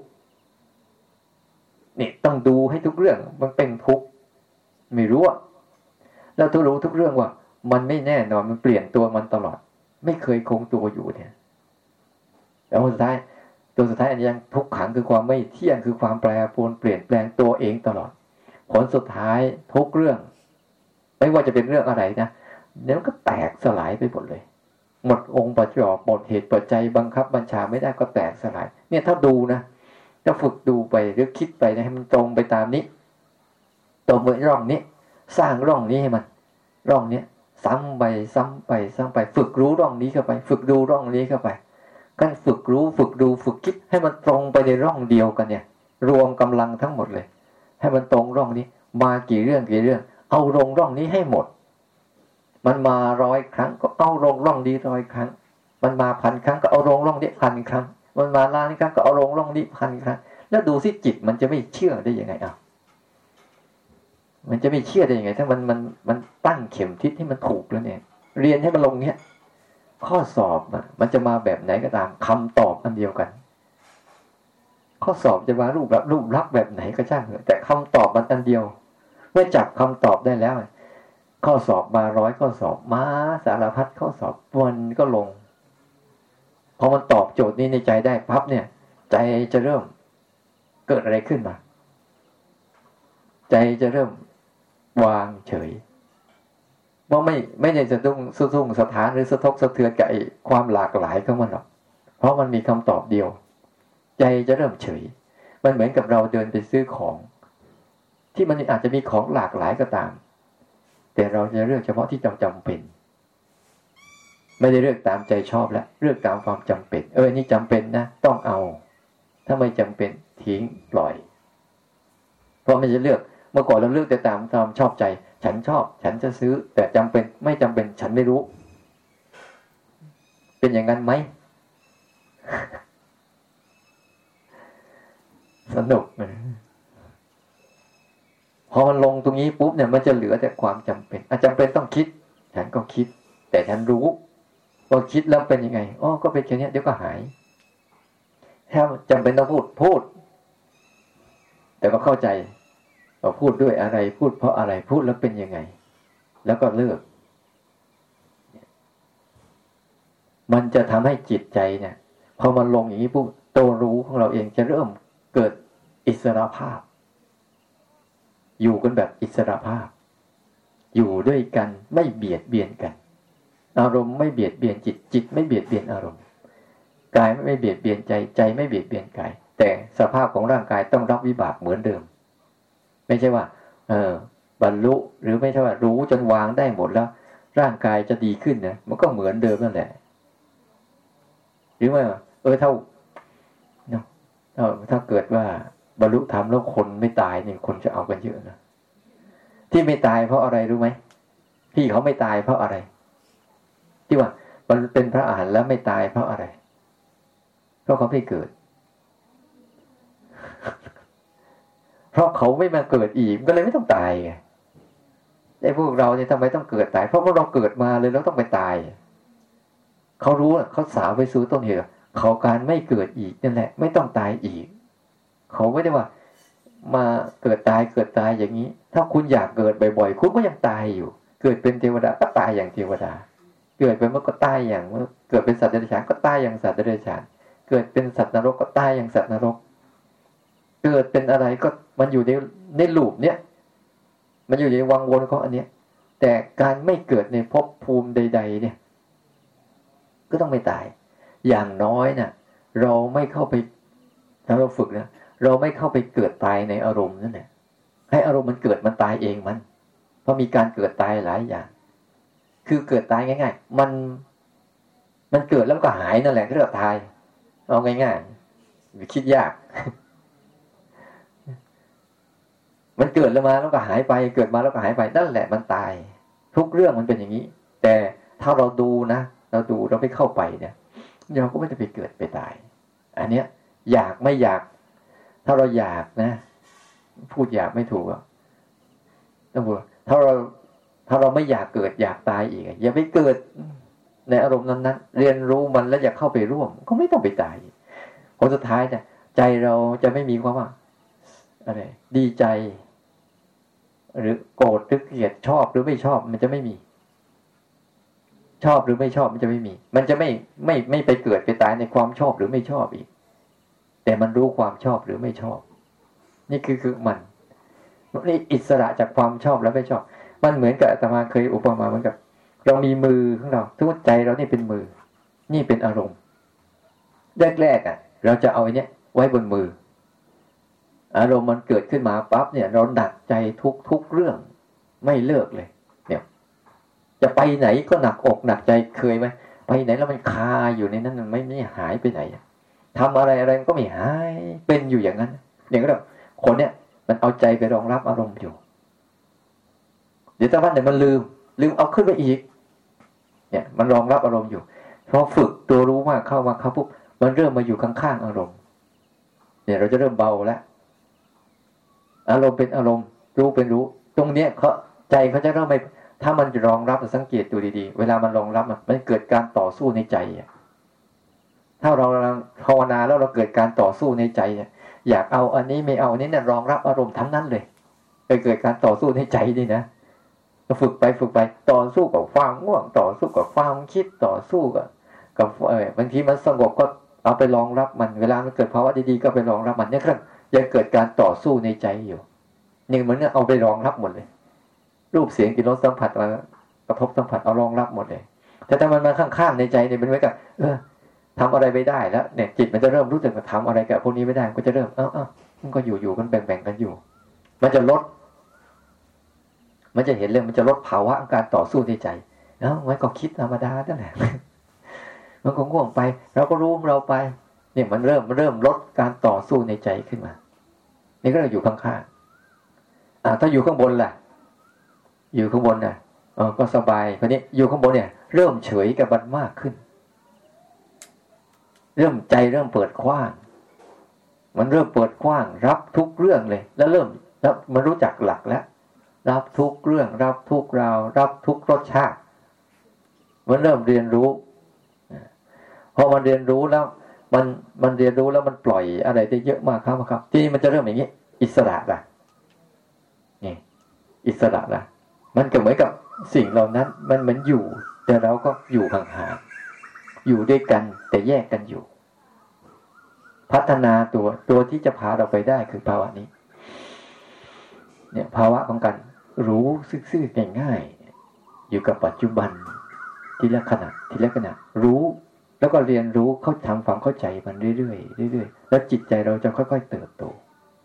นี่ต้องดูให้ทุกเรื่องมันเป็นทุกข์ไม่รู้แล้วถ้ารู้ทุกเรื่องว่ามันไม่แน่นอนมันเปลี่ยนตัวมันตลอดไม่เคยคงตัวอยู่เนี่ยแล้วสุดท้ายอันยังทุกขังคือความไม่เที่ยงคือความแปรปรวนเปลี่ยนแปลงตัวเองตลอดผลสุดท้ายทุกเรื่องไม่ว่าจะเป็นเรื่องอะไรนะเดี๋ยวก็แตกสลายไปหมดเลยหมดองค์ประกอบหมดเหตุปัจจัยบังคับบัญชาไม่ได้ก็แตกสลายเนี่ยถ้าดูนะถ้าฝึกดูไปหรือคิดไปนะให้มันตรงไปตามนี้ตรงไปร่องนี้สร้างร่องนี้ให้มันร่องนี้ซ้ำไปฝึกรู้ร่องนี้เข้าไปฝึกดูร่องนี้เข้าไปการฝึกรู้ฝึกดูฝึกคิดให้มันตรงไปในร่องเดียวกันเนี่ยรวมกำลังทั้งหมดเลยให้มันตรงร่องนี้มากี่เรื่องเอาลงร่องนี้ให้หมดมันมา100 ครั้งก็เอาลงร่องนี้100 ครั้งมันมา1,000 ครั้งก็เอาลงร่องนี้1,000 ครั้งมันมาล้านครั้งก็เอาลงร่องนี้1,000 ครั้งแล้วดูสิจิตมันจะไม่เชื่อได้ยังไงมันจะไม่เชื่อได้ยังไงถ้ามันตั้งเข็มทิศให้มันถูกแล้วเนี่ยเรียนให้มันลงเนี้ยข้อสอบมันจะมาแบบไหนก็ตามคำตอบอันเดียวกันข้อสอบจะมารูปลักษณ์แบบไหนก็ช่างเถอะแต่คำตอบมันอันเดียวเมื่อจับคำตอบได้แล้วข้อสอบมา100 ข้อสอบมาสารพัดข้อสอบมันก็ลงพอมันตอบโจทย์นี้ในใจได้ปั๊บเนี่ยใจจะเริ่มเกิดอะไรขึ้นมาใจจะเริ่มวางเฉยว่าไม่ได้จะต้องสุ่งสถานหรือสะทกสะเทือนกับความหลากหลายของมันหรอกเพราะมันมีคำตอบเดียวใจจะเริ่มเฉยมันเหมือนกับเราเดินไปซื้อของที่มันอาจจะมีของหลากหลายก็ตามแต่เราจะเลือกเฉพาะที่จำเป็นไม่ได้เลือกตามใจชอบแล้วเลือกตามความจำเป็นนี่จำเป็นนะต้องเอาถ้าไม่จำเป็นทิ้งปล่อยเพราะไม่จะเลือกเมื่อก่อนเราเลือกแต่ตามความชอบใจฉันชอบฉันจะซื้อแต่จำเป็นไม่จำเป็นฉันไม่รู้เป็นอย่างนั้นไหม สนุกพอมันลงตรงนี้ปุ๊บเนี่ยมันจะเหลือแต่ความจำเป็นจำเป็นต้องคิดฉันก็คิดแต่ฉันรู้ว่าคิดแล้วเป็นยังไงก็เป็นแค่นี้เดี๋ยวก็หายถ้าจำเป็นต้องพูดแต่ก็เข้าใจว่าพูดด้วยอะไรพูดเพราะอะไรพูดแล้วเป็นยังไงแล้วก็เลิกมันจะทำให้จิตใจเนี่ยพอมันลงอย่างนี้ปุ๊บตัวรู้ของเราเองจะเริ่มเกิดอิสรภาพอยู่กันแบบอิสรภาพอยู่ด้วยกันไม่เบียดเบียนกันอารมณ์ไม่เบียดเบียนจิตไม่เบียดเบียนอารมณ์กายไม่เบียดเบียนใจไม่เบียดเบียนกายแต่สภาพของร่างกายต้องรับวิบากเหมือนเดิมไม่ใช่ว่าบรรลุหรือไม่ใช่ว่ารู้จนวางได้หมดแล้วร่างกายจะดีขึ้นนะมันก็เหมือนเดิมนั่นแหละหรือว่าถ้าถ้าเกิดว่าบรรลุธรรมแล้วคนไม่ตายเนี่ยคนจะเอากันเยอะนะที่ไม่ตายเพราะอะไรรู้ไหมที่เขาไม่ตายเพราะอะไรที่ว่ามันเป็นพระอรหันต์แล้วไม่ตายเพราะอะไรเพราะเขาไม่เกิดเพราะเขาไม่มาเกิดอีกก็เลยไม่ต้องตายไงไอ้พวกเราเนี่ยทำไมต้องเกิดตายเพราะพวกเราเกิดมาเลยแล้วต้องไปตายเขารู้เขาสาวไปสู่ต้นเหตุเขาการไม่เกิดอีกนั่นแหละไม่ต้องตายอีกเขาไม่ได้ว่ามาเกิดตายอย่างนี้ถ้าคุณอยากเกิดบ่อยๆคุณก็ยังตายอยู่เกิดเป็นเทวดาก็ตายอย่างเทวดาเกิดเป็นมนุษย์ก็ตายอย่างมนุษย์เกิดเป็นสัตว์เดรัจฉานก็ตายอย่างสัตว์เดรัจฉานเกิดเป็นสัตว์นรกก็ตายอย่างสัตว์นรกเกิดเป็นอะไรก็มันอยู่ในลูปเนี้ยมันอยู่ในวังวนของอันเนี้ยแต่การไม่เกิดในภพภูมิใดๆเนี่ยก็ต้องไม่ตายอย่างน้อยน่ะเราไม่เข้าไปถ้าเราฝึกนะเราไม่เข้าไปเกิดตายในอารมณ์นั่นแหละให้อารมณ์มันเกิดมันตายเองเพราะมีการเกิดตายหลายอย่างคือเกิดตายง่ายๆมันเกิดแล้วก็หายนั่นแหละเรียกว่าตายเอาง่ายๆคิดยากมันเกิดแล้วมาแล้วก็หายไปเกิดมาแล้วก็หายไปนั่นแหละมันตายทุกเรื่องมันเป็นอย่างนี้แต่ถ้าเราดูนะเราไม่เข้าไปเนี่ยเราก็ไม่จะไปเกิดไปตายอันเนี้ยอยากไม่อยากถ้าเราอยากนะพูดอยากไม่ถูกต้องบอกถ้าเราไม่อยากเกิดอยากตายอีกอย่าไปเกิดในอารมณ์นั้นๆเรียนรู้มันแล้วอยากเข้าไปร่วมก็ไม่ต้องไปตายผลสุดท้ายเนี่ยใจเราจะไม่มีความว่าอะไรดีใจหรือโกรธหรือเกลียดชอบหรือไม่ชอบมันจะไม่มีชอบหรือไม่ชอบมันจะไม่มีมันจะไม่ไปเกิดไปตายในความชอบหรือไม่ชอบอีกแต่มันรู้ความชอบหรือไม่ชอบนี่คือมันนี่อิสระจากความชอบและไม่ชอบมันเหมือนกับอาตมาเคยอุปมาเหมือนกับเรามีมือของเราทุกใจเรานี่เป็นมือนี่เป็นอารมณ์แรกๆเราจะเอาไอ้นี้ไว้บนมืออารมณ์มันเกิดขึ้นมาปั๊บเนี่ยเราหนักใจทุกเรื่องไม่เลิกเลยเนี่ยจะไปไหนก็หนักอกหนักใจเคยไหมไปไหนแล้วมันคาอยู่ในนั้นมันไม่หายไปไหนทำอะไรมันก็ไม่หายเป็นอยู่อย่างนั้นอย่างนั้นคนเนี่ยมันเอาใจไปรองรับอารมณ์อยู่เดี๋ยวตะวันเนี่ยมันลืมเอาขึ้นไปอีกเนี่ยมันรองรับอารมณ์อยู่พอฝึกตัวรู้มากเข้าปุ๊บมันเริ่มมาอยู่ข้างๆอารมณ์เนี่ยเราจะเริ่มเบาแล้วอารมณ์เป็นอารมณ์รู้เป็นรู้ตรงเนี้ยเขาใจเขาจะเริ่มไม่ถ้ามันรองรับสังเกตดูดีๆเวลามันรองรับมันเกิดการต่อสู้ในใจถ้าเราภาวนาแล้วเราเกิดการต่อสู้ในใจอยากเอาอันนี้ไม่เอาอันนี้เนี่ยรองรับอารมณ์ทั้งนั้นเลยไปเกิดการต่อสู้ในใจนี่นะฝึกไปต่อสู้กับความง่วงต่อสู้กับความคิดต่อสู้กับบางทีมันสงบก็เอาไปรองรับมันเวลามันเกิดภาวะดีๆก็ไปรองรับมันเนี่ยครับยังเกิดการต่อสู้ในใจอยู่นี่เหมือนเอาไปรองรับหมดเลยรูปเสียงกลิ่นรสสัมผัสมากระทบสัมผัสเอารองรับหมดเลยแต่ถ้ามันมาข้างๆในใจเนี่ยเป็นไว้กับทำอะไรไม่ได้แล้วเนี่ยจิตมันจะเริ่มรู้สึกว่าทำอะไรกับพวกนี้ไม่ได้ก็จะเริ่มมันก็อยู่กันแบ่งกันอยู่มันจะลดมันจะเห็นเลยมันจะลดภาวะการต่อสู้ในใจมันก็คิดธรรมดานั่นแหละมันก็ง่วงไปเราก็รู้ของเราไปเนี่ยมันเริ่มลดการต่อสู้ในใจขึ้นมานี่ก็อยู่ข้างๆถ้าอยู่ข้างบนล่ะอยู่ข้างบนก็สบายคราวนี้อยู่ข้างบนเนี่ยเริ่มเฉยกับมันมากขึ้นเริ่มเปิดกว้างมันเริ่มเปิดกว้างรับทุกเรื่องเลยแล้วมันรู้จักหลักแล้วรับทุกเรื่องรับทุกราวรับทุกรสชาติมันเริ่มเรียนรู้พอมันเรียนรู้แล้วมันเรียนรู้แล้วมันปล่อยอะไรได้เยอะมากครับทีนี้มันจะเริ่มอย่างนี้อิสระล่ะนี่อิสระล่ะมันก็เหมือนกับสิ่งเหล่านั้นมันเหมือนอยู่แต่เราก็อยู่ห่างๆอยู่ด้วยกันแต่แยกกันอยู่พัฒนาตัวที่จะพาเราไปได้คือภาวะนี้เนี่ยภาวะของการรู้ซื่อๆง่ายๆอยู่กับปัจจุบันทีละขณะรู้แล้วก็เรียนรู้เขาทำความเข้าใจมันเรื่อยๆแล้วจิตใจเราจะค่อยๆเติบโต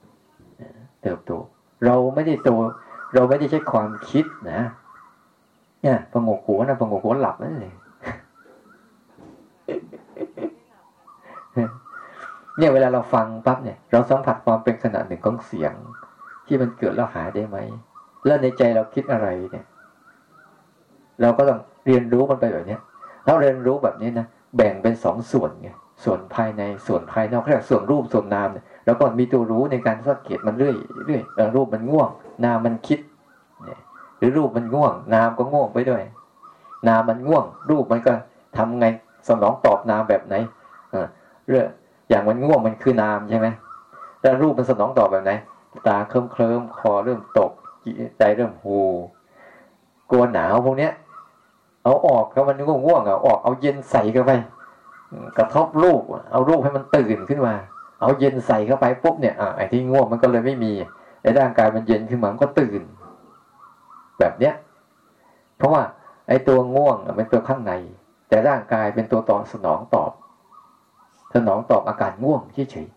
เราไม่ได้ใช้ความคิดนะเนี่ยพงกหัวหลับนั่นเลยเนี่ยเวลาเราฟังปั๊บเนี่ยเราสัมผัสความเป็นขณะหนึ่งของเสียงที่มันเกิดแล้วหายได้ไหมแล้วในใจเราคิดอะไรเนี่ยเราก็ต้องเรียนรู้มันไปแบบนี้แล้วเรียนรู้แบบนี้นะแบ่งเป็น2 ส่วนไงส่วนภายในส่วนภายนอกเรียกส่วนรูปส่วนนามเนี่ยแล้วก็มีตัวรู้ในการสังเกตมันเรื่อยรูปมันง่วงนามมันคิดหรือรูปมันง่วงนามก็ง่วงไปด้วยนามมันง่วงรูปมันก็ทำไงสนองตอบนามแบบไหนเรื่องอย่างมันง่วงมันคือนามใช่ไหมแล้วรูปมันสนองตอบแบบไหนตาเคลิ้มคอเริ่มตกใจเริ่มหูกลัวหนาวพวกเนี้ยเอาออกแล้วมันง่วงเอาออกเอาเย็นใส่เข้าไปกระทบรูปเอารูปให้มันตื่นขึ้นมาเอาเย็นใส่เข้าไปปุ๊บเนี่ยไอ้ที่ง่วงมันก็เลยไม่มีไอ้ร่างกายมันเย็นขึ้นมามันก็ตื่นแบบเนี้ยเพราะว่าไอ้ตัวง่วงมันตัวข้างในแต่ร่างกายเป็นตัวตอนสนองตอบอาการง่วงเฉย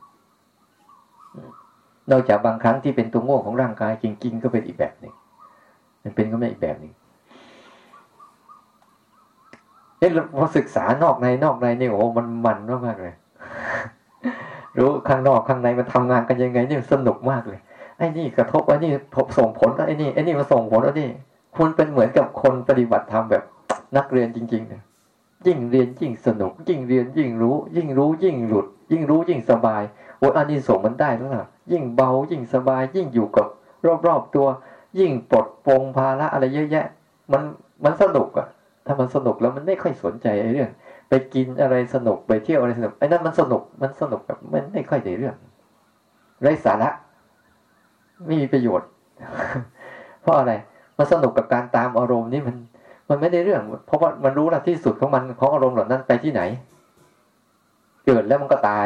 ๆนอกจากบางครั้งที่เป็นตัวง่วงของร่างกายจริงๆก็เป็นอีกแบบหนึ่งมันเป็นก็ไม่อีกแบบหนึ่งพอศึกษานอกในนี่โอ้มันมากเลยรู้ข้างนอกข้างในมันทำงานกันยังไงนี่สนุกมากเลยไอ้นี่กระทบไอ้นี่ส่งผลไอ้นี่มาส่งผลไอ้นี่คุณเป็นเหมือนกับคนปฏิบัติธรรมแบบนักเรียนจริงๆเนี่ยยิ่งเรียนยิ่งสนุกยิ่งเรียนยิ่งรู้ยิ่งหลุดยิ่งรู้ยิ่งสบายโอ้อานิสงส์มันได้แล้วนะยิ่งเบายิ่งสบายยิ่งอยู่กับรอบๆตัวยิ่งปลดปลงภาระอะไรเยอะแยะมันสนุกอ่ะถ้ามันสนุกแล้วมันไม่ค่อยสนใจไอ้เรื่องไปกินอะไรสนุกไปเที่ยวอะไรสนุกไอ้นั่นมันสนุกแบบมันไม่ค่อยได้เรื่องไร้สาระไม่มีประโยชน์ เพราะอะไรมันสนุกกับการตามอารมณ์นี่มันไม่ได้เรื่องเพราะว่ามันรู้ละที่สุดของมันของอารมณ์เหล่านั้นไปที่ไหนเกิดแล้วมันก็ตาย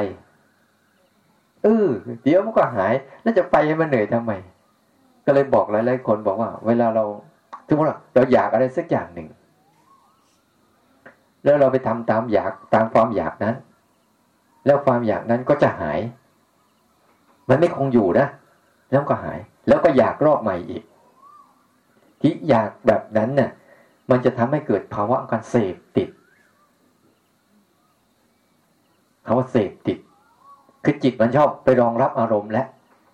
เดี๋ยวมันก็หายแล้วจะไปให้มันเหนื่อยทำไมก็เลยบอกหลายๆคนบอกว่าเวลาเราสมมติว่าเราอยากอะไรสักอย่างหนึ่งแล้วเราไปทำตามความอยากนั้นแล้วความอยากนั้นก็จะหายมันไม่คงอยู่นะแล้วก็หายแล้วก็อยากรอบใหม่อีกที่อยากแบบนั้นเนี่ยมันจะทำให้เกิดภาวะการเสพติดคำว่าเสพติดคือจิตมันชอบไปรองรับอารมณ์และ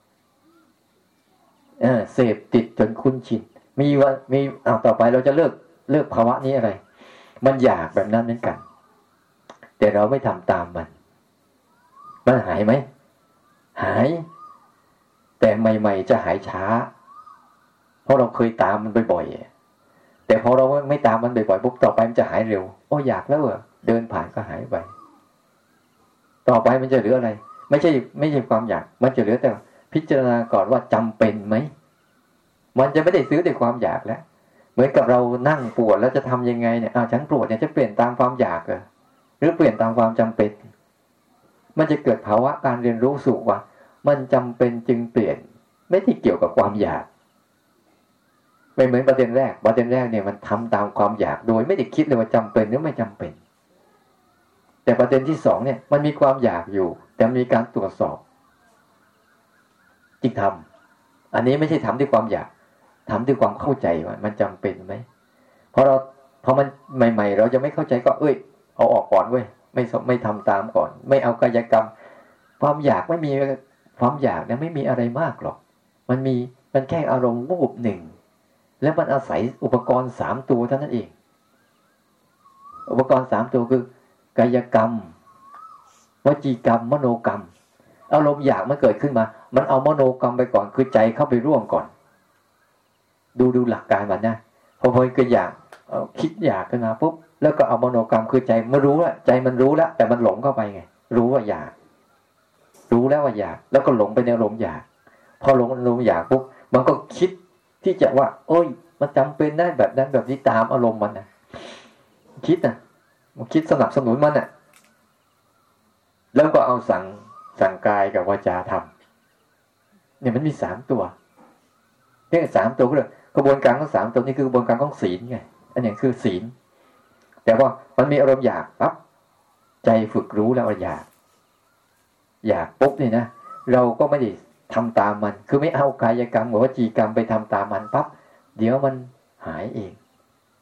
เสพติดจนคุ้นชินมีต่อไปเราจะเลิกภาวะนี้อะไรมันอยากแบบนั้นเหมือนกันแต่เราไม่ทำตามมันหายไหมหายแต่ใหม่ๆจะหายช้าเพราะเราเคยตามมันบ่อยๆแต่พอเราไม่ตามมันบ่อยๆปุ๊บต่อไปมันจะหายเร็วอยากแล้วเดินผ่านก็หายไปต่อไปมันจะเหลืออะไรไม่ใช่ความอยากมันจะเหลือแต่พิจารณาก่อนว่าจำเป็นไหมมันจะไม่ได้ซื้อด้วยความอยากแล้วเหมือนกับเรานั่งปวดแล้วจะทำยังไงเนี่ยฉันปวดเนี่ยจะเปลี่ยนตามความอยากหรือเปลี่ยนตามความจำเป็นมันจะเกิดภาวะการเรียนรู้สู่ว่ามันจำเป็นจึงเปลี่ยนไม่ได้เกี่ยวกับความอยากไม่เหมือนประเด็นแรกเนี่ยมันทำตามความอยากโดยไม่ได้คิดเลยว่าจำเป็นหรือไม่จำเป็นแต่ประเด็นที่2เนี่ยมันมีความอยากอยู่แต่มีการตรวจสอบจึงทำอันนี้ไม่ใช่ทำด้วยความอยากทำด้วยความเข้าใจว่ามันจำเป็นไหมพอมันใหม่ๆเราจะไม่เข้าใจก็เอาออกก่อนเว้ยไม่ทำตามก่อนไม่เอากายกรรมความอยากไม่มีความอยากเนี่ยไม่มีอะไรมากหรอกมันแค่อารมณ์วูบหนึ่งแล้วมันอาศัยอุปกรณ์3ตัวเท่านั้นเองอุปกรณ์3ตัวคือกายกรรมวจีกรรมมโนกรรมอารมณ์อยากมันเกิดขึ้นมามันเอามโนกรรมไปก่อนคือใจเข้าไปร่วมก่อนดูหลักการมันนะพอเกิดอยากคิดอยากขึ้นมาปุ๊บแล้วก็เอามโนกรรมคือใจมันรู้แล้วใจมันรู้แล้วแต่มันหลงเข้าไปไงรู้ว่าอยากรู้แล้วว่าอยากแล้วก็หลงไปในอารมณ์อยากพอหลงอารมณ์อยากปุ๊บมันก็คิดที่จะว่ามันจำเป็นได้แบบนั้นแบบนี้ตามอารมณ์มันนะคิดมันคิดสนับสนุนมันแล้วก็เอาสั่งกายกับวาจาทำเนี่ยมันมี3ตัวเนี่ย3ตัวก็เลยกระบวนการของ3ตัวนี้คือกระบวนการของศีลไงอันนี้คือศีลแต่ว่ามันมีอารมณ์อยากปั๊บใจฝึกรู้แล้วว่าอยากปุ๊บเนี่ยนะเราก็ไม่ได้ทำตามมันคือไม่เอากายกรรมหรือวจีกรรมไปทำตามมันปั๊บเดี๋ยวมันหายเอง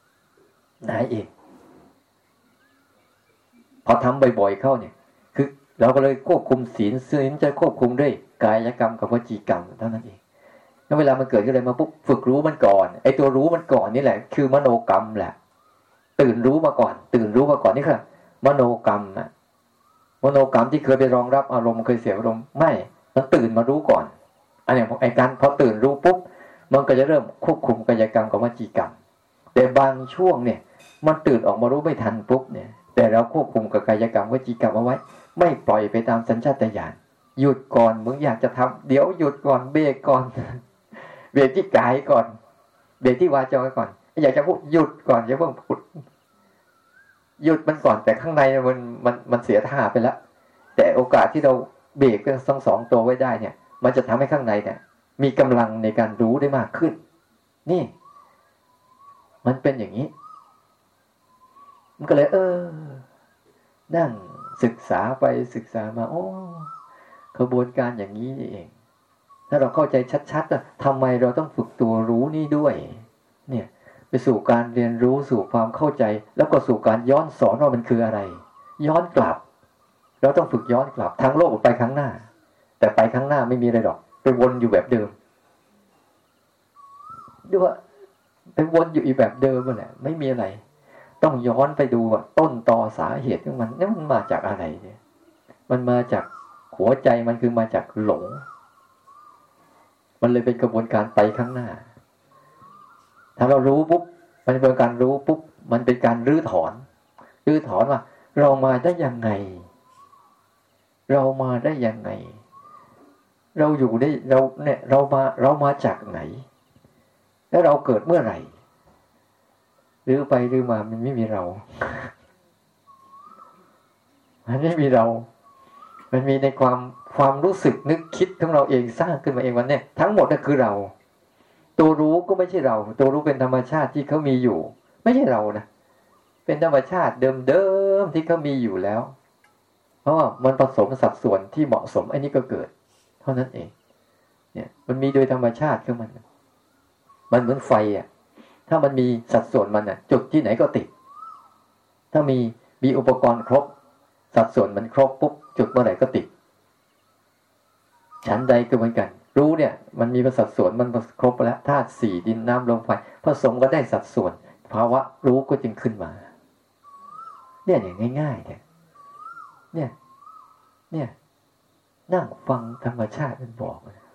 พอทำบ่อยๆเข้าเนี่ยคือเราก็เลยควบคุมศีลจะควบคุมด้วยกายกรรมกับวจีกรรมเท่านั้นเองแล้วเวลามันเกิดขึ้นอะไรมาปุ๊บฝึกรู้มันก่อนไอ้ตัวรู้มันก่อนนี่แหละคือมโนกรรมแหละตื่นรู้มาก่อนนี่คือมโนกรรมนะมโนกรรมที่เคยไปรองรับอารมณ์เคยเสียอารมณ์ไม่มันตื่นมารู้ก่อนอันนี้ไอ้การพอตื่นรู้ปุ๊บมันก็จะเริ่มควบคุมกายกรรมกับวจีกรรมแต่บางช่วงเนี่ยมันตื่นออกมารู้ไม่ทันปุ๊บเนี่ยแต่เราควบคุมกับกายกรรมวจีกรรมเอาไว้ไม่ปล่อยไปตามสัญชาตญาณหยุดก่อนมึงอยากจะทำเดี๋ยวหยุดก่อนเบรกก่อน เบรกที่กายก่อนเบรกที่วาจาก่อนอยากจะพูดหยุดก่อนอย่าเพิ่งพูดหยุดมันก่อนแต่ข้างในมันเสียท่าไปแล้วแต่โอกาสที่เราเบรกทั้งสองตัวไว้ได้เนี่ยมันจะทำให้ข้างในเนี่ยมีกำลังในการรู้ได้มากขึ้นนี่มันเป็นอย่างนี้มันก็เลยนั่งศึกษาไปศึกษามาโอ้กระบวนการอย่างนี้เองถ้าเราเข้าใจชัดๆทำไมเราต้องฝึกตัวรู้นี่ด้วยเนี่ยไปสู่การเรียนรู้สู่ความเข้าใจแล้วก็สู่การย้อนสอนว่ามันคืออะไรย้อนกลับเราต้องฝึกย้อนกลับทางโลกไปข้างหน้าแต่ไปข้างหน้าไม่มีอะไรหรอกไปวนอยู่แบบเดิมด้วยว่าไปวนอยู่อีกแบบเดิมนั่นแหละไม่มีอะไรต้องย้อนไปดูว่าต้นตอสาเหตุของมันมันมาจากอะไรเนี่ยมันมาจากหัวใจมันคือมาจากหลงมันเลยเป็นกระบวนการไปข้างหน้าถ้าเรารู้ปุ๊บมันเป็นการรู้ปุ๊บมันเป็นการรื้อถอนว่าเรามาได้ยังไงเราอยู่ได้เรามาจากไหนแล้วเราเกิดเมื่อไหร่หรือไปหรือมามันไม่มีเรา มันไม่มีเรามันมีในความรู้สึกนึกคิดของเราเองสร้างขึ้นมาเองวันนี้ทั้งหมดนั่นคือเราตัวรู้ก็ไม่ใช่เราตัวรู้เป็นธรรมชาติที่เขามีอยู่ไม่ใช่เรานะเป็นธรรมชาติเดิมที่เขามีอยู่แล้วเพราะว่ามันผสมสัดส่วนที่เหมาะสมอันนี้ก็เกิดเท่านั้นเองเนี่ยมันมีโดยธรรมชาติของมันเหมือนไฟอ่ะถ้ามันมีสัดส่วนมันอ่ะจุดที่ไหนก็ติดถ้ามีอุปกรณ์ครบสัดส่วนมันครบปุ๊บจุดเมื่อไหร่ก็ติดชั้นใดก็เหมือนกันรู้เนี่ยมันมีสัดส่วนมันครบแล้วธาตุสี่ดินน้ำลมไฟผสมก็ได้สัดส่วนภาวะรู้ก็จึงขึ้นมาเนี่ยอย่างง่ายๆเนี่ยนั่งฟังธรรมชาติมันบอก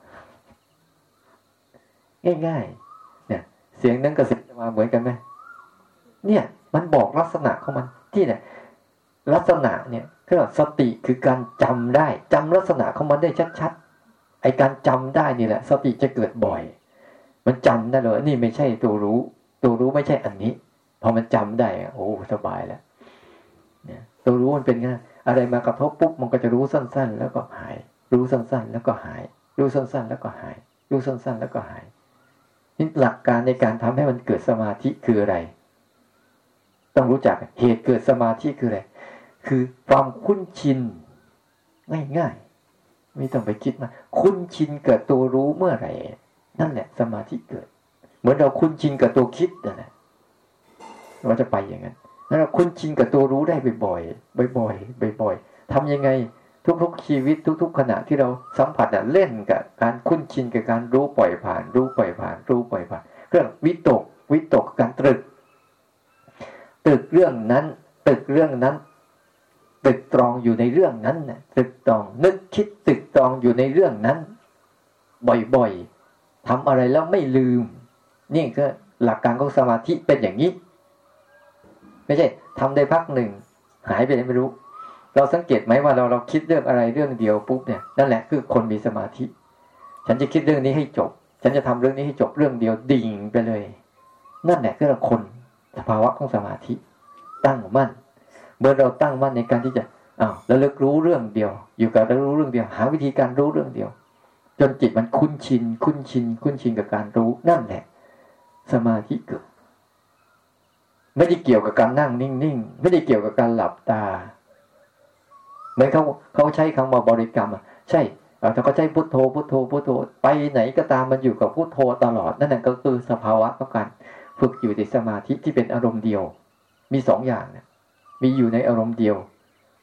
ง่ายๆเนี่ยเสียงนั้นกับเสียงจะมาเหมือนกันไหมเนี่ยมันบอกลักษณะของมันที่เนี่ยลักษณะเนี่ยก็สติคือการจำได้จำลักษณะของมันได้ชัดๆไอการจำได้นี่แหละสติจะเกิดบ่อยมันจำได้เลยนี่ไม่ใช่ตัวรู้ไม่ใช่อันนี้พอมันจำได้โอ้สบายแล้วเนี่ยตัวรู้มันเป็นไงอะไรมากระทบปุ๊บมันก็จะรู้สั้นๆแล้วก็หายรู้สั้นๆแล้วก็หายรู้สั้นๆแล้วก็หายรู้สั้นๆแล้วก็หายนี่หลักการในการทำให้มันเกิดสมาธิคืออะไรต้องรู้จักเหตุเกิดสมาธิคืออะไรคือความคุ้นชินง่ายๆไม่ต้องไปคิดมาคุ้นชินเกิดตัวรู้เมื่อไหร่นั่นแหละสมาธิเกิดเหมือนเราคุ้นชินกับตัวคิดนั่นแหละเราจะไปอย่างนั้นแล้วเราคุ้นชินกับตัวรู้ได้บ่อยๆทำยังไงทุกๆชีวิตทุกๆขณะที่เราสัมผัสเล่นกับการคุ้นชินกับการรู้ปล่อยผ่านรู้ปล่อยผ่านเรื่องวิตกการตรึกเรื่องนั้นตึกตรองอยู่ในเรื่องนั้นน่ะตึกตรองนึกคิดตึกตรองอยู่ในเรื่องนั้นบ่อยๆทำอะไรแล้วไม่ลืมนี่ก็หลักการของสมาธิเป็นอย่างนี้ไม่ใช่ทำได้พักหนึ่งหายไปไหนไม่รู้เราสังเกตไหมว่าเราคิดเรื่องอะไรเรื่องเดียวปุ๊บเนี่ยนั่นแหละคือคนมีสมาธิฉันจะคิดเรื่องนี้ให้จบฉันจะทำเรื่องนี้ให้จบเรื่องเดียวดิ่งไปเลยนั่นแหละคือคนสภาวะของสมาธิตั้งมั่นเมื่อเราตั้งมั่นในการที่จะระลึกรู้เรื่องเดียวอยู่กับรู้เรื่องเดียวหาวิธีการรู้เรื่องเดียวจนจิตมันคุ้นชินกับการรู้นั่นแหละสมาธิเกิดไม่ได้เกี่ยวกับการนั่งนิ่งๆไม่ได้เกี่ยวกับการหลับตาเหมือนเขาใช้คำว่าบริกรรมใช่ถ้าเขาใช้พุทโธไปไหนก็ตามมันอยู่กับพุทโธตลอดนั่นแหละก็คือสภาวะของการฝึกอยู่ในสมาธิที่เป็นอารมณ์เดียวมี2 อย่างนะมีอยู่ในอารมณ์เดียว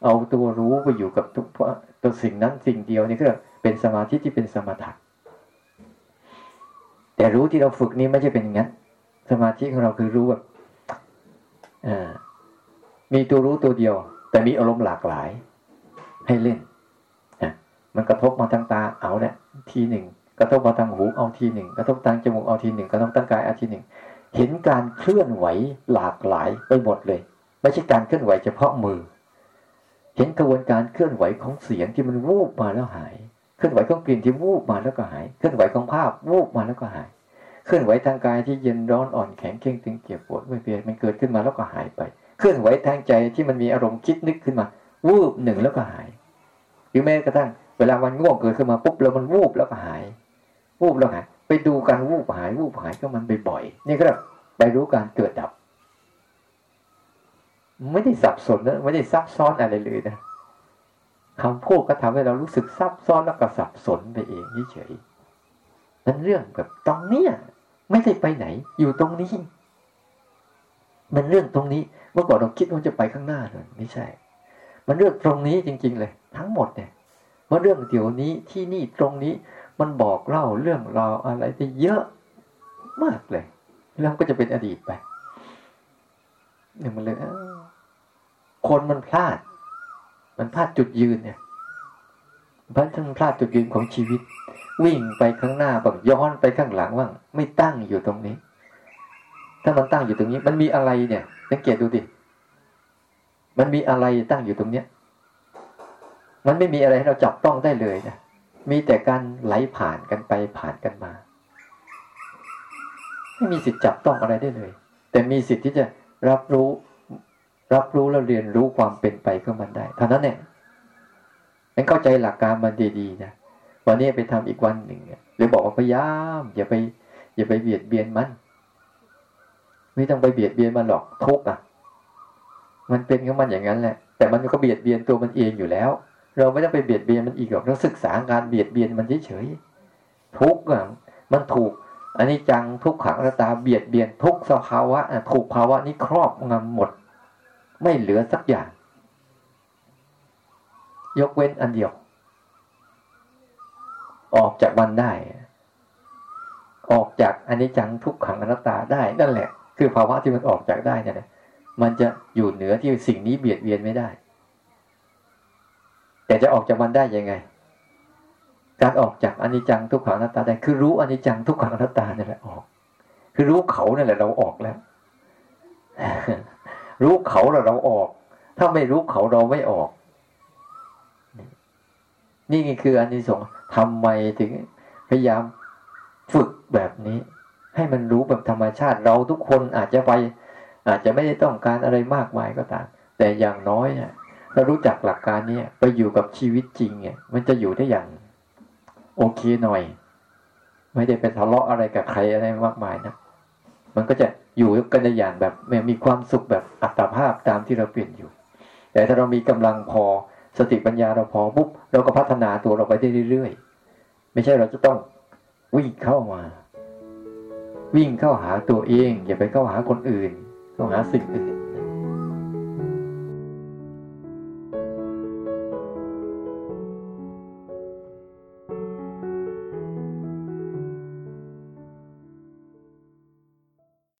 เอาตัวรู้ไปอยู่กับตัวสิ่งนั้นสิ่งเดียวนี่ก็เป็นสมาธิที่เป็นสมถะแต่รู้ที่เราฝึกนี้ไม่ใช่เป็นอย่างนั้นสมาธิของเราคือรู้แบบมีตัวรู้ตัวเดียวแต่มีอารมณ์หลากหลายให้เล่นมันกระทบมาทางตาเอาเนี่ยทีหนึ่งกระทบมาทางหูเอาทีหนึ่งกระทบทางจมูกเอาทีหนึ่งกระทบทางกายเอาทีหนึ่งเห็นการเคลื่อนไหวหลากหลายไปหมดเลยไม่ใช่การเคลื่อนไหวเฉพาะมือเห็นกระบวนการเคลื่อนไหวของเสียงที่มันวูบมาแล้วหายเคลื่อนไหวของกลิ่นที่วูบมาแล้วก็หายเคลื่อนไหวของภาพวูบมาแล้วก็หายเคลื่อนไหวทางกายที่เย็นร้อนอ่อนแข็งเข่งตึงเจ็บปวดไม่เปลี่ยนมันเกิดขึ้นมาแล้วก็หายไปเคลื่อนไหวทางใจที่มันมีอารมณ์คิดนึกขึ้นมาวูบหนึ่งแล้วก็หายหรือแม้กระทั่งเวลามันง่วงเกิดขึ้นมาปุ๊บแล้วมันวูบแล้วก็หายวูบแล้วหายไปดูการวูบหายก็มันบ่อยๆนี่ก็ไปรู้การเกิดดับไม่ได้สับสนนะไม่ได้ซับซ้อนอะไรเลยนะคำพูดก็ทำให้เรารู้สึกซับซ้อนแล้วก็สับสนไปเองเฉยๆนั่นเรื่องแบบตรงเนี้ยไม่ได้ไปไหนอยู่ตรงนี้มันเรื่องตรงนี้เมื่อก่อนเราคิดว่าจะไปข้างหน้าเลยไม่ใช่มันเรื่องตรงนี้จริงๆเลยทั้งหมดเนี่ยว่าเรื่องเดี๋ยวนี้ที่นี่ตรงนี้มันบอกเล่าเรื่องราวอะไรได้เยอะมากเลยแล้วก็จะเป็นอดีตไปเนี่ยมันเลยคนมันพลาดจุดยืนเนี่ยเพราะมันพลาดจุดยืนของชีวิตวิ่งไปข้างหน้าบ้างย้อนไปข้างหลังบ้างไม่ตั้งอยู่ตรงนี้ถ้ามันตั้งอยู่ตรงนี้มันมีอะไรเนี่ยสังเกตดูดิมันมีอะไรตั้งอยู่ตรงเนี้ยมันไม่มีอะไรให้เราจับต้องได้เลยนะมีแต่การไหลผ่านกันไปผ่านกันมาไม่มีสิทธิ์จับต้องอะไรได้เลยแต่มีสิทธิ์ที่จะรับรู้แล้วเรียนรู้ความเป็นไปของมันได้เท่านั้นเนี่ยงั้นเข้าใจหลักการมันดีๆนะวันนี้ไปทำอีกวันหนึ่งหรือบอกว่าพยายามอย่าไปเบียดเบียนมันไม่ต้องไปเบียดเบียนมันหรอกทุกข์มันเป็นของมันอย่างนั้นแหละแต่มันก็เบียดเบียนตัวมันเองอยู่แล้วเราไม่ต้องไปเบียดเบียนมันอีกหรอกเราศึกษาการเบียดเบียนมันเฉยๆทุกข์มันถูกอนิจจังทุกขังอนัตตาเบียดเบียนทุกสภาวะถูกภาวะนี้ครอบงำหมดไม่เหลือสักอย่างยกเว้นอันเดียวออกจากมันได้ออกจากอนิจจังทุกขังอนัตตาได้นั่นแหละคือภาวะที่มันออกจากได้เนี่ยมันจะอยู่เหนือที่สิ่งนี้เบียดเบียนไม่ได้แต่จะออกจากมันได้ยังไงการออกจากอนิจจังทุกขังอนัตตาได้คือรู้อนิจจังทุกขังอนัตตานี่แหละออกคือรู้เขานั่นแหละเราออกแล้วรู้เขาแล้วเราออกถ้าไม่รู้เขาเราไม่ออกนี่คืออานิสงส์ทำไมถึงพยายามฝึกแบบนี้ให้มันรู้แบบธรรมชาติเราทุกคนอาจจะไม่ได้ต้องการอะไรมากมายก็ตามแต่อย่างน้อยเนี่ยเรารู้จักหลักการนี้ไปอยู่กับชีวิตจริงเนี่ยมันจะอยู่ได้อย่างโอเคหน่อยไม่ได้ไปทะเลาะอะไรกับใครอะไรมากมายนะมันก็จะอยู่กันในอย่างแบบมีความสุขแบบอัตภาพตามที่เราเปลี่ยนอยู่แต่ถ้าเรามีกำลังพอสติปัญญาเราพอปุ๊บเราก็พัฒนาตัวเราไปได้เรื่อยๆไม่ใช่เราจะต้องวิ่งเข้าหาตัวเองอย่าไปเข้าหาคนอื่นเข้าหาสิ่งอื่น